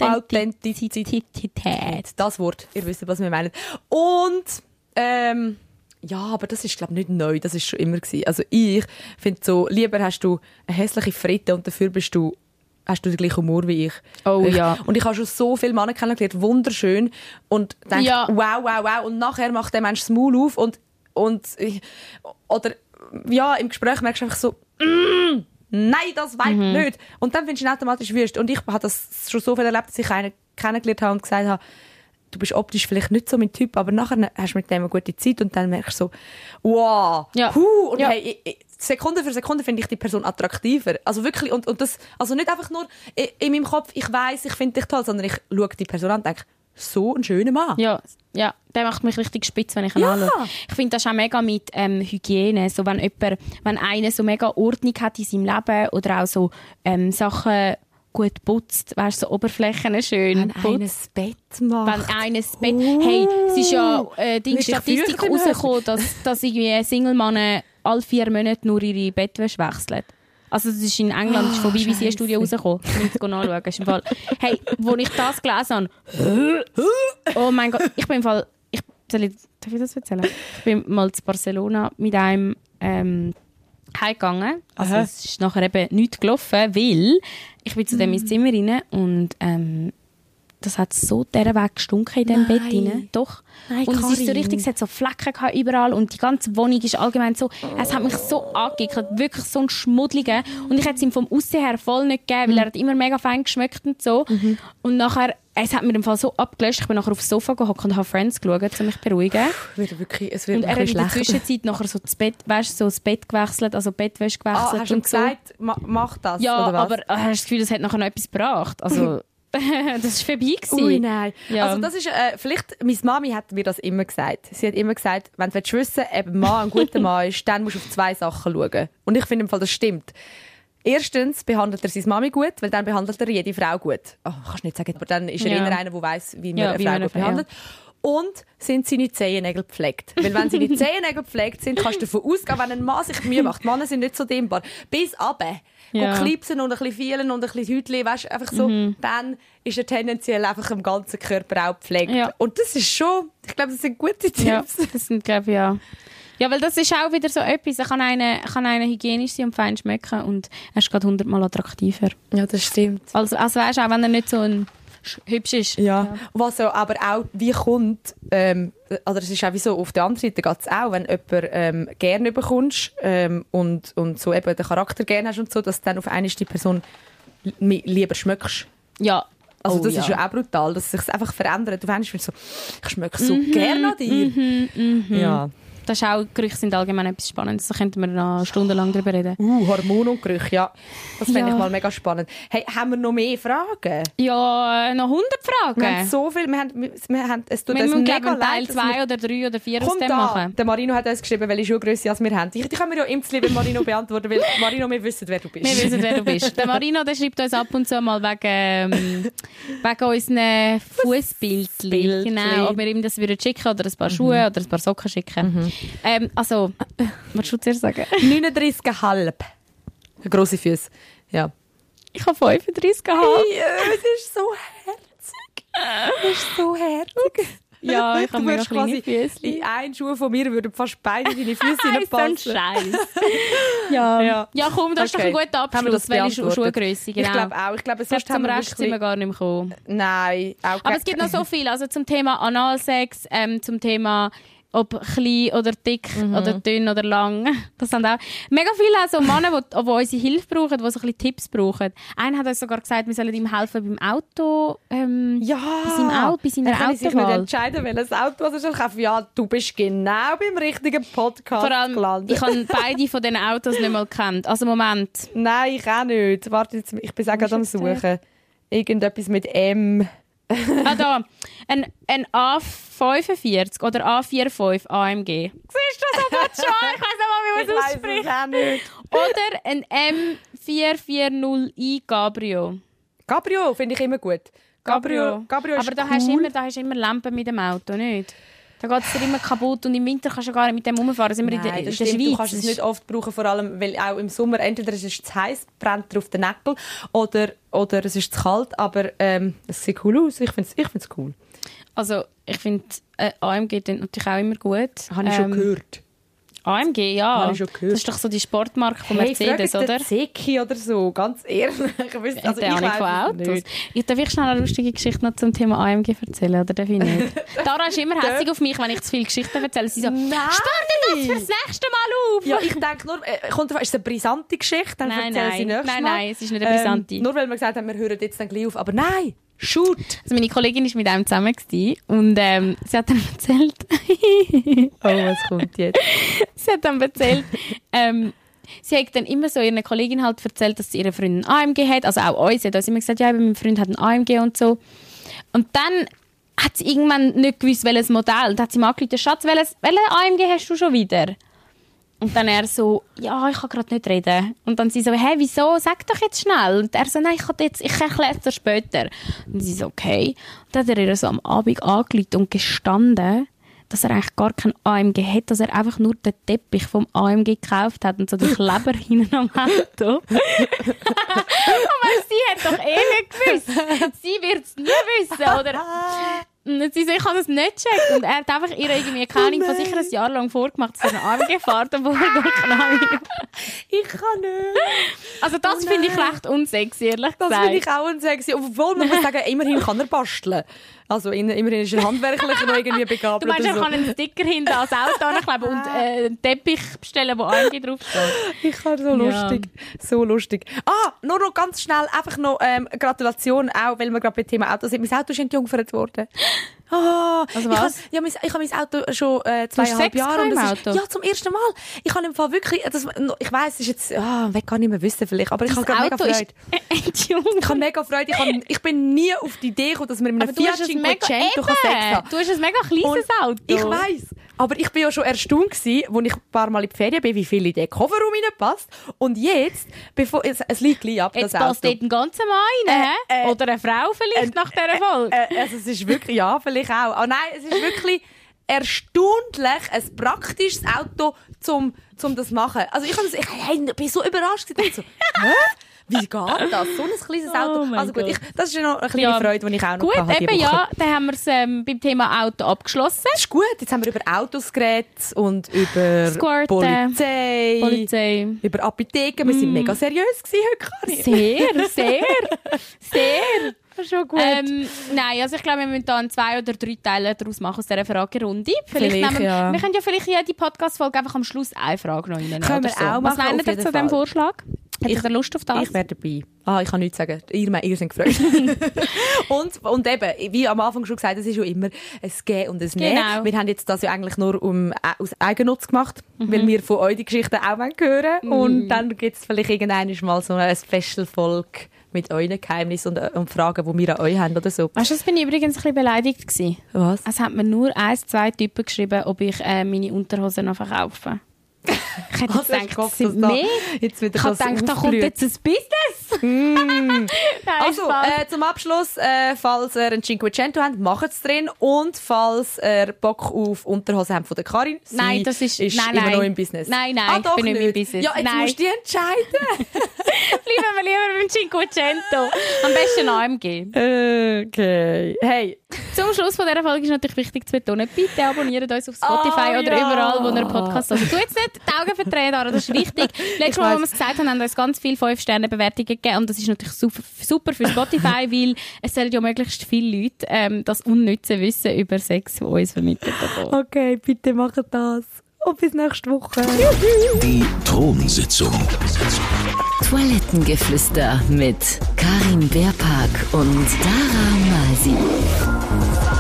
Das Wort, ihr wisst, was wir meinen. Und, ja, aber das ist, glaube ich, nicht neu. Das ist schon immer gewesen. Also ich finde so, lieber hast du eine hässliche Fritte und dafür hast du den gleichen Humor wie ich. Oh ja. Und ich habe schon so viele Männer kennengelernt, wunderschön. Und denke, wow. Und nachher macht der Mensch das Maul auf oder im Gespräch merkst du einfach so, nein, das will ich nicht. Und dann findest du ihn automatisch wüst. Und ich habe das schon so viel erlebt, dass ich einen kennengelernt habe und gesagt habe, du bist optisch vielleicht nicht so mein Typ, aber nachher hast du mit dem eine gute Zeit und dann merkst du so, wow, und hey, Sekunde für Sekunde finde ich die Person attraktiver. Also wirklich, und das, also nicht einfach nur in meinem Kopf, ich weiss, ich finde dich toll, sondern ich schaue die Person an und denke, so ein schöner Mann. Ja, der macht mich richtig spitz, wenn ich ihn anschaue. Ich finde das auch mega mit Hygiene, so wenn einer so mega Ordnung hat in seinem Leben oder auch so Sachen gut putzt, weißt, so Oberflächen schön putzt. Wenn einer das Bett macht. Wenn einer das Bett... Hey, es ist ja die Statistik rausgekommen, dass irgendwie Single-Männer alle 4 Monate nur ihre Bettwäsche wechseln. Also das ist in England von BBC eine Studie rausgekommen. Ich muss es nachschauen. Ist im Fall. Hey, als ich das gelesen habe... Oh mein Gott, ich bin im Fall... Darf ich das erzählen? Ich bin mal zu Barcelona mit einem heimgegangen. Also es ist nachher eben nichts gelaufen, weil ich bin zu dem ins Zimmer rein und das hat so der Weg gestunken in diesem Bett rein. Doch. Nein, und es ist so Karin. richtig, es hat so Flecken gehabt überall und die ganze Wohnung ist allgemein so, es hat mich so angeekelt, wirklich so ein Schmuddeliger. Und ich hätte es ihm vom Aussehen her voll nicht gegeben, weil er hat immer mega fein geschmeckt und so. Und nachher, es hat mir im Fall so abgelöscht, ich bin nachher aufs Sofa gehockt und habe Friends geschaut, um mich zu beruhigen. Es wird Und er hat in der Zwischenzeit nachher so das Bett, weißt, so das Bett gewechselt, also Bettwäsche gewechselt. hast du ihm gesagt, mach das, ja, oder was? aber hast du das Gefühl, das hat nachher noch etwas gebracht? Also, das war vorbei gewesen. Ui, nein. Ja. Also das ist, vielleicht, meine Mami hat mir das immer gesagt. Sie hat immer gesagt, wenn du wissen willst, ob ein Mann ein guter Mann ist, dann musst du auf 2 Sachen schauen. Und ich finde im Fall, das stimmt. Erstens behandelt er seine Mami gut, weil dann behandelt er jede Frau gut. Oh, kannst nicht sagen, aber dann ist er eher einer, der weiss, wie man eine Frau gut behandelt. Und sind seine Zehennägel gepflegt. Weil wenn seine Zehennägel gepflegt sind, kannst du davon ausgehen, wenn ein Mann sich Mühe macht. Männer sind nicht so dehnbar. Bis runter. Ja. Klipsen und ein bisschen vielen und ein bisschen Hütchen, weißt, einfach so. Dann ist er tendenziell einfach im ganzen Körper auch gepflegt. Ja. Und das ist schon, ich glaube, das sind gute Tipps. Ja, das sind, glaube ich, ja. Ja, weil das ist auch wieder so etwas. Er kann einer hygienisch sein und fein schmecken und er ist gerade 100-mal attraktiver. Ja, das stimmt. Also weißt du, auch wenn er nicht so ein hübsch ist. Ja. Was so aber auch wie kommt, also es ist auch wie so, auf der anderen Seite geht es auch, wenn jemanden gerne bekommst und so eben den Charakter gerne hast und so, dass du dann auf einmal die Person lieber schmeckst. Ja. Also das ja. ist ja auch brutal, dass es sich einfach verändert. Du findest so, ich schmecke so gerne an dir. Ja. Das ist auch, Gerüche sind allgemein etwas Spannendes. Da könnten wir noch stundenlang darüber reden. Hormone und Gerüche, ja. Das fände Ja. ich mal mega spannend. Hey, haben wir noch mehr Fragen? Ja, noch 100 Fragen. Wir haben so viel, es tut wir uns müssen mega glaube leid, Teil dass wir- 2 oder 3 oder 4 aus Kommt dem da. machen. Der Marino hat uns geschrieben, welche Schuhgrösse als wir haben. Die können wir ja im Liebe Marino beantworten, weil Marino, wir wissen, wer du bist. Wir wissen, wer du bist. Der Marino, der schreibt uns ab und zu mal wegen unseren Fußbildchen. Bildchen. Genau, ob wir ihm das würden schicken oder ein paar Schuhe oder ein paar Socken schicken. Also, was würdest du zuerst sagen? 39,5. Grosse Füße. Ja. Ich habe 35 gehabt. Es ist so herzig. Es ist so herzig. Ja, ich habe mega würdest kleine quasi Füßchen. in einen Schuh von mir würden fast beide deine Füße So ein reinpassen. Scheiß. Ja. Ja. Ja, komm, das ist doch ein guter Haben wir das Abschluss. Welche beantwortet? Schuhgrösse, genau. Ich glaube auch. Ich glaube, sonst Zum haben wir Rest sind wir wirklich... gar nicht mehr gekommen. Nein. Auch Aber es gibt noch so viel. Also zum Thema Analsex, zum Thema ob klein oder dick oder dünn oder lang. Das sind auch mega viele so Männer, die unsere Hilfe brauchen, die so ein bisschen Tipps brauchen. Einer hat uns sogar gesagt, wir sollen ihm helfen beim Auto, Ja. bei seiner Er kann sich nicht Autowahl. entscheiden, welches Auto er soll kaufen. Ja, du bist genau beim richtigen Podcast Vor allem, gelandet. ich habe beide von diesen Autos nicht mal gekannt. Also Moment. Nein, ich auch nicht. Warte, jetzt, ich bin auch gerade am ist jetzt Suchen. Irgendetwas mit M. Ah, da. Ein A45 oder A45 AMG. Siehst du das aber schon? Ich weiss nicht mal, wie man es ausspricht. auch nicht. Oder ein M440i Cabrio. Cabrio finde ich immer gut. Cabrio ist Aber da cool. hast du immer Lampen mit dem Auto, nicht? Da geht es dir immer kaputt und im Winter kannst du gar nicht mit dem rumfahren. Sind wir in der Nein, das Schweiz. stimmt. Du kannst es nicht oft brauchen, vor allem, weil auch im Sommer entweder es ist zu heiß, brennt dir auf den Nägel, oder es ist zu kalt, aber es sieht cool aus. Ich finde es cool. Also, ich finde, AMG klingt natürlich auch immer gut. Habe ich schon gehört. AMG, ja. Habe ich schon gehört. Das ist doch so die Sportmarke von Hey, Mercedes, fragt oder? den Zeki oder so, ganz ehrlich. Ich weiss, also Der ich Ahnung von weiss es Autos. nicht. Ich darf ich schnell eine lustige Geschichte noch zum Thema AMG erzählen, oder darf ich nicht? Dara ist immer hässlich auf mich, wenn ich zu viele Geschichten erzähle. Sie so, Nein! starte das fürs nächste Mal auf! Ja, ich denke nur, ist es eine brisante Geschichte? Dann erzähl sie nächstes Mal. Nein, es ist nicht eine brisante. Nur weil wir gesagt haben, wir hören jetzt dann gleich auf. Aber nein, shoot! Also meine Kollegin war mit einem zusammen und sie hat dann erzählt, Oh, was kommt jetzt? sie hat dann erzählt, sie hat dann immer so ihrer Kollegin halt erzählt, dass sie ihre Freundin ein AMG hat, also auch uns, sie hat uns immer gesagt, ja, mein Freund hat ein AMG und so. Und dann hat sie irgendwann nicht gewusst, welches Modell. Und dann hat sie mal angerufen, Schatz, welches AMG hast du schon wieder? Und dann er so, ja, ich kann gerade nicht reden. Und dann sie so, hey, wieso? Sag doch jetzt schnell. Und er so, nein, ich erkläre es dir später. Und sie so, okay. Und dann hat er ihr so am Abend angerufen und gestanden, dass er eigentlich gar kein AMG hat, dass er einfach nur den Teppich vom AMG gekauft hat und so den Kleber hinten am Auto. Aber sie hat doch eh nicht gewusst. Sie wird es nie wissen, oder? Und sie so, ich habe das nicht gecheckt. Und er hat einfach ihr irgendwie keine Ahnung von sicher ein Jahr lang vorgemacht, dass er eine AMG fährt, obwohl er gar keine Ahnung. Ich kann nicht. Also das finde ich recht unsexy, ehrlich gesagt. Das finde ich auch unsexy. Obwohl, man muss sagen, immerhin kann er basteln. Also immerhin ist er handwerklich noch irgendwie begabt. Du meinst, er kann einen Sticker hinter ans Auto ankleben und einen Teppich bestellen, wo AMG draufsteht? Ich kann so lustig. So lustig. Nur noch ganz schnell, einfach noch Gratulation auch, weil wir gerade beim Thema Auto sind. Mein Auto ist entjungfert worden. Also was? Ich habe mein Auto schon 2,5 Jahre. Und das ist, ja, zum ersten Mal. Ich habe im Fall wirklich, ich weiss, es ist jetzt, weg kann ich nicht mehr wissen vielleicht, aber ich habe gerade mega Freude. Ich habe mega Freude. Ich bin nie auf die Idee gekommen, dass man mit einem Fiat Cinquecento Sex haben. Du hast ein mega kleines Auto. Ich weiss. Aber ich bin ja schon erstaunt gewesen, als ich ein paar Mal in die Ferien bin, wie viel in den Kofferraum reinpasst. Und jetzt, bevor, es liegt gleich ab, jetzt das Auto. passt dort ein ganzer Mann rein, Oder eine Frau vielleicht nach dieser Folge. Also es ist wirklich, ja, vielleicht auch. Oh nein, es ist wirklich erstaunlich ein praktisches Auto, um das zu machen. Also ich bin so überrascht. Ich dachte so, hä? Wie geht das? So ein kleines Auto. Also gut, das ist noch eine kleine Freude, die ich auch noch gut, hatte. Gut, eben ja, dann haben wir es beim Thema Auto abgeschlossen. Das ist gut, jetzt haben wir über Autos geredet und über Squirten, Polizei, über Apotheken. Wir sind mega seriös gewesen heute, Karin. Sehr. Das ist schon gut. Nein, also ich glaube, wir müssen da 2 oder 3 Teile daraus machen aus dieser Fragerunde. Wir können ja vielleicht jede Podcast-Folge einfach am Schluss eine Frage noch reinnehmen. Können wir auch machen. Was meint ihr zu diesem Vorschlag? Habt ihr Lust auf das? Ich wäre dabei. Ich kann nichts sagen. Ihr seid gefreut. und eben, wie am Anfang schon gesagt, es ist schon immer ein Gehen und ein Nehmen. Genau. Wir haben jetzt das ja eigentlich nur aus Eigennutz gemacht, weil wir von euch die Geschichten auch hören wollen. Und dann gibt es vielleicht irgendwann mal so eine Special-Folge mit euren Geheimnissen und Fragen, die wir an euch haben oder so. Weißt du, das bin ich übrigens ein bisschen beleidigt gewesen. Was? Es hat mir nur 2 Typen geschrieben, ob ich meine Unterhosen noch verkaufe. Ich hätte gedacht, es sind mehr. Ich habe gedacht, da kommt jetzt ein Business. Nein, also, zum Abschluss, falls ihr ein Cinquecento habt, macht es drin. Und falls ihr Bock auf Unterhosen habt von der Karin, nein, das ist immer noch im Business. Nein, ich bin nicht im Business. Ja, jetzt musst du dich entscheiden. Bleiben wir lieber beim Cinquecento. Am besten AMG. Okay. Hey. Zum Schluss von dieser Folge ist natürlich wichtig zu betonen, bitte abonniert uns auf Spotify oder überall, wo ihr Podcast hört. Du jetzt nicht die Augen verdrehen, das ist wichtig. Letztes Mal, als wir es gesagt haben, haben wir uns ganz viele 5-Sterne-Bewertungen gegeben und das ist natürlich super für Spotify, weil es sollen ja möglichst viele Leute das unnütze Wissen über Sex von uns vermitteln. Okay, bitte macht das. Und bis nächste Woche. Die Thronsitzung. Toilettengeflüster mit Karin Beerpark und Dara Masi.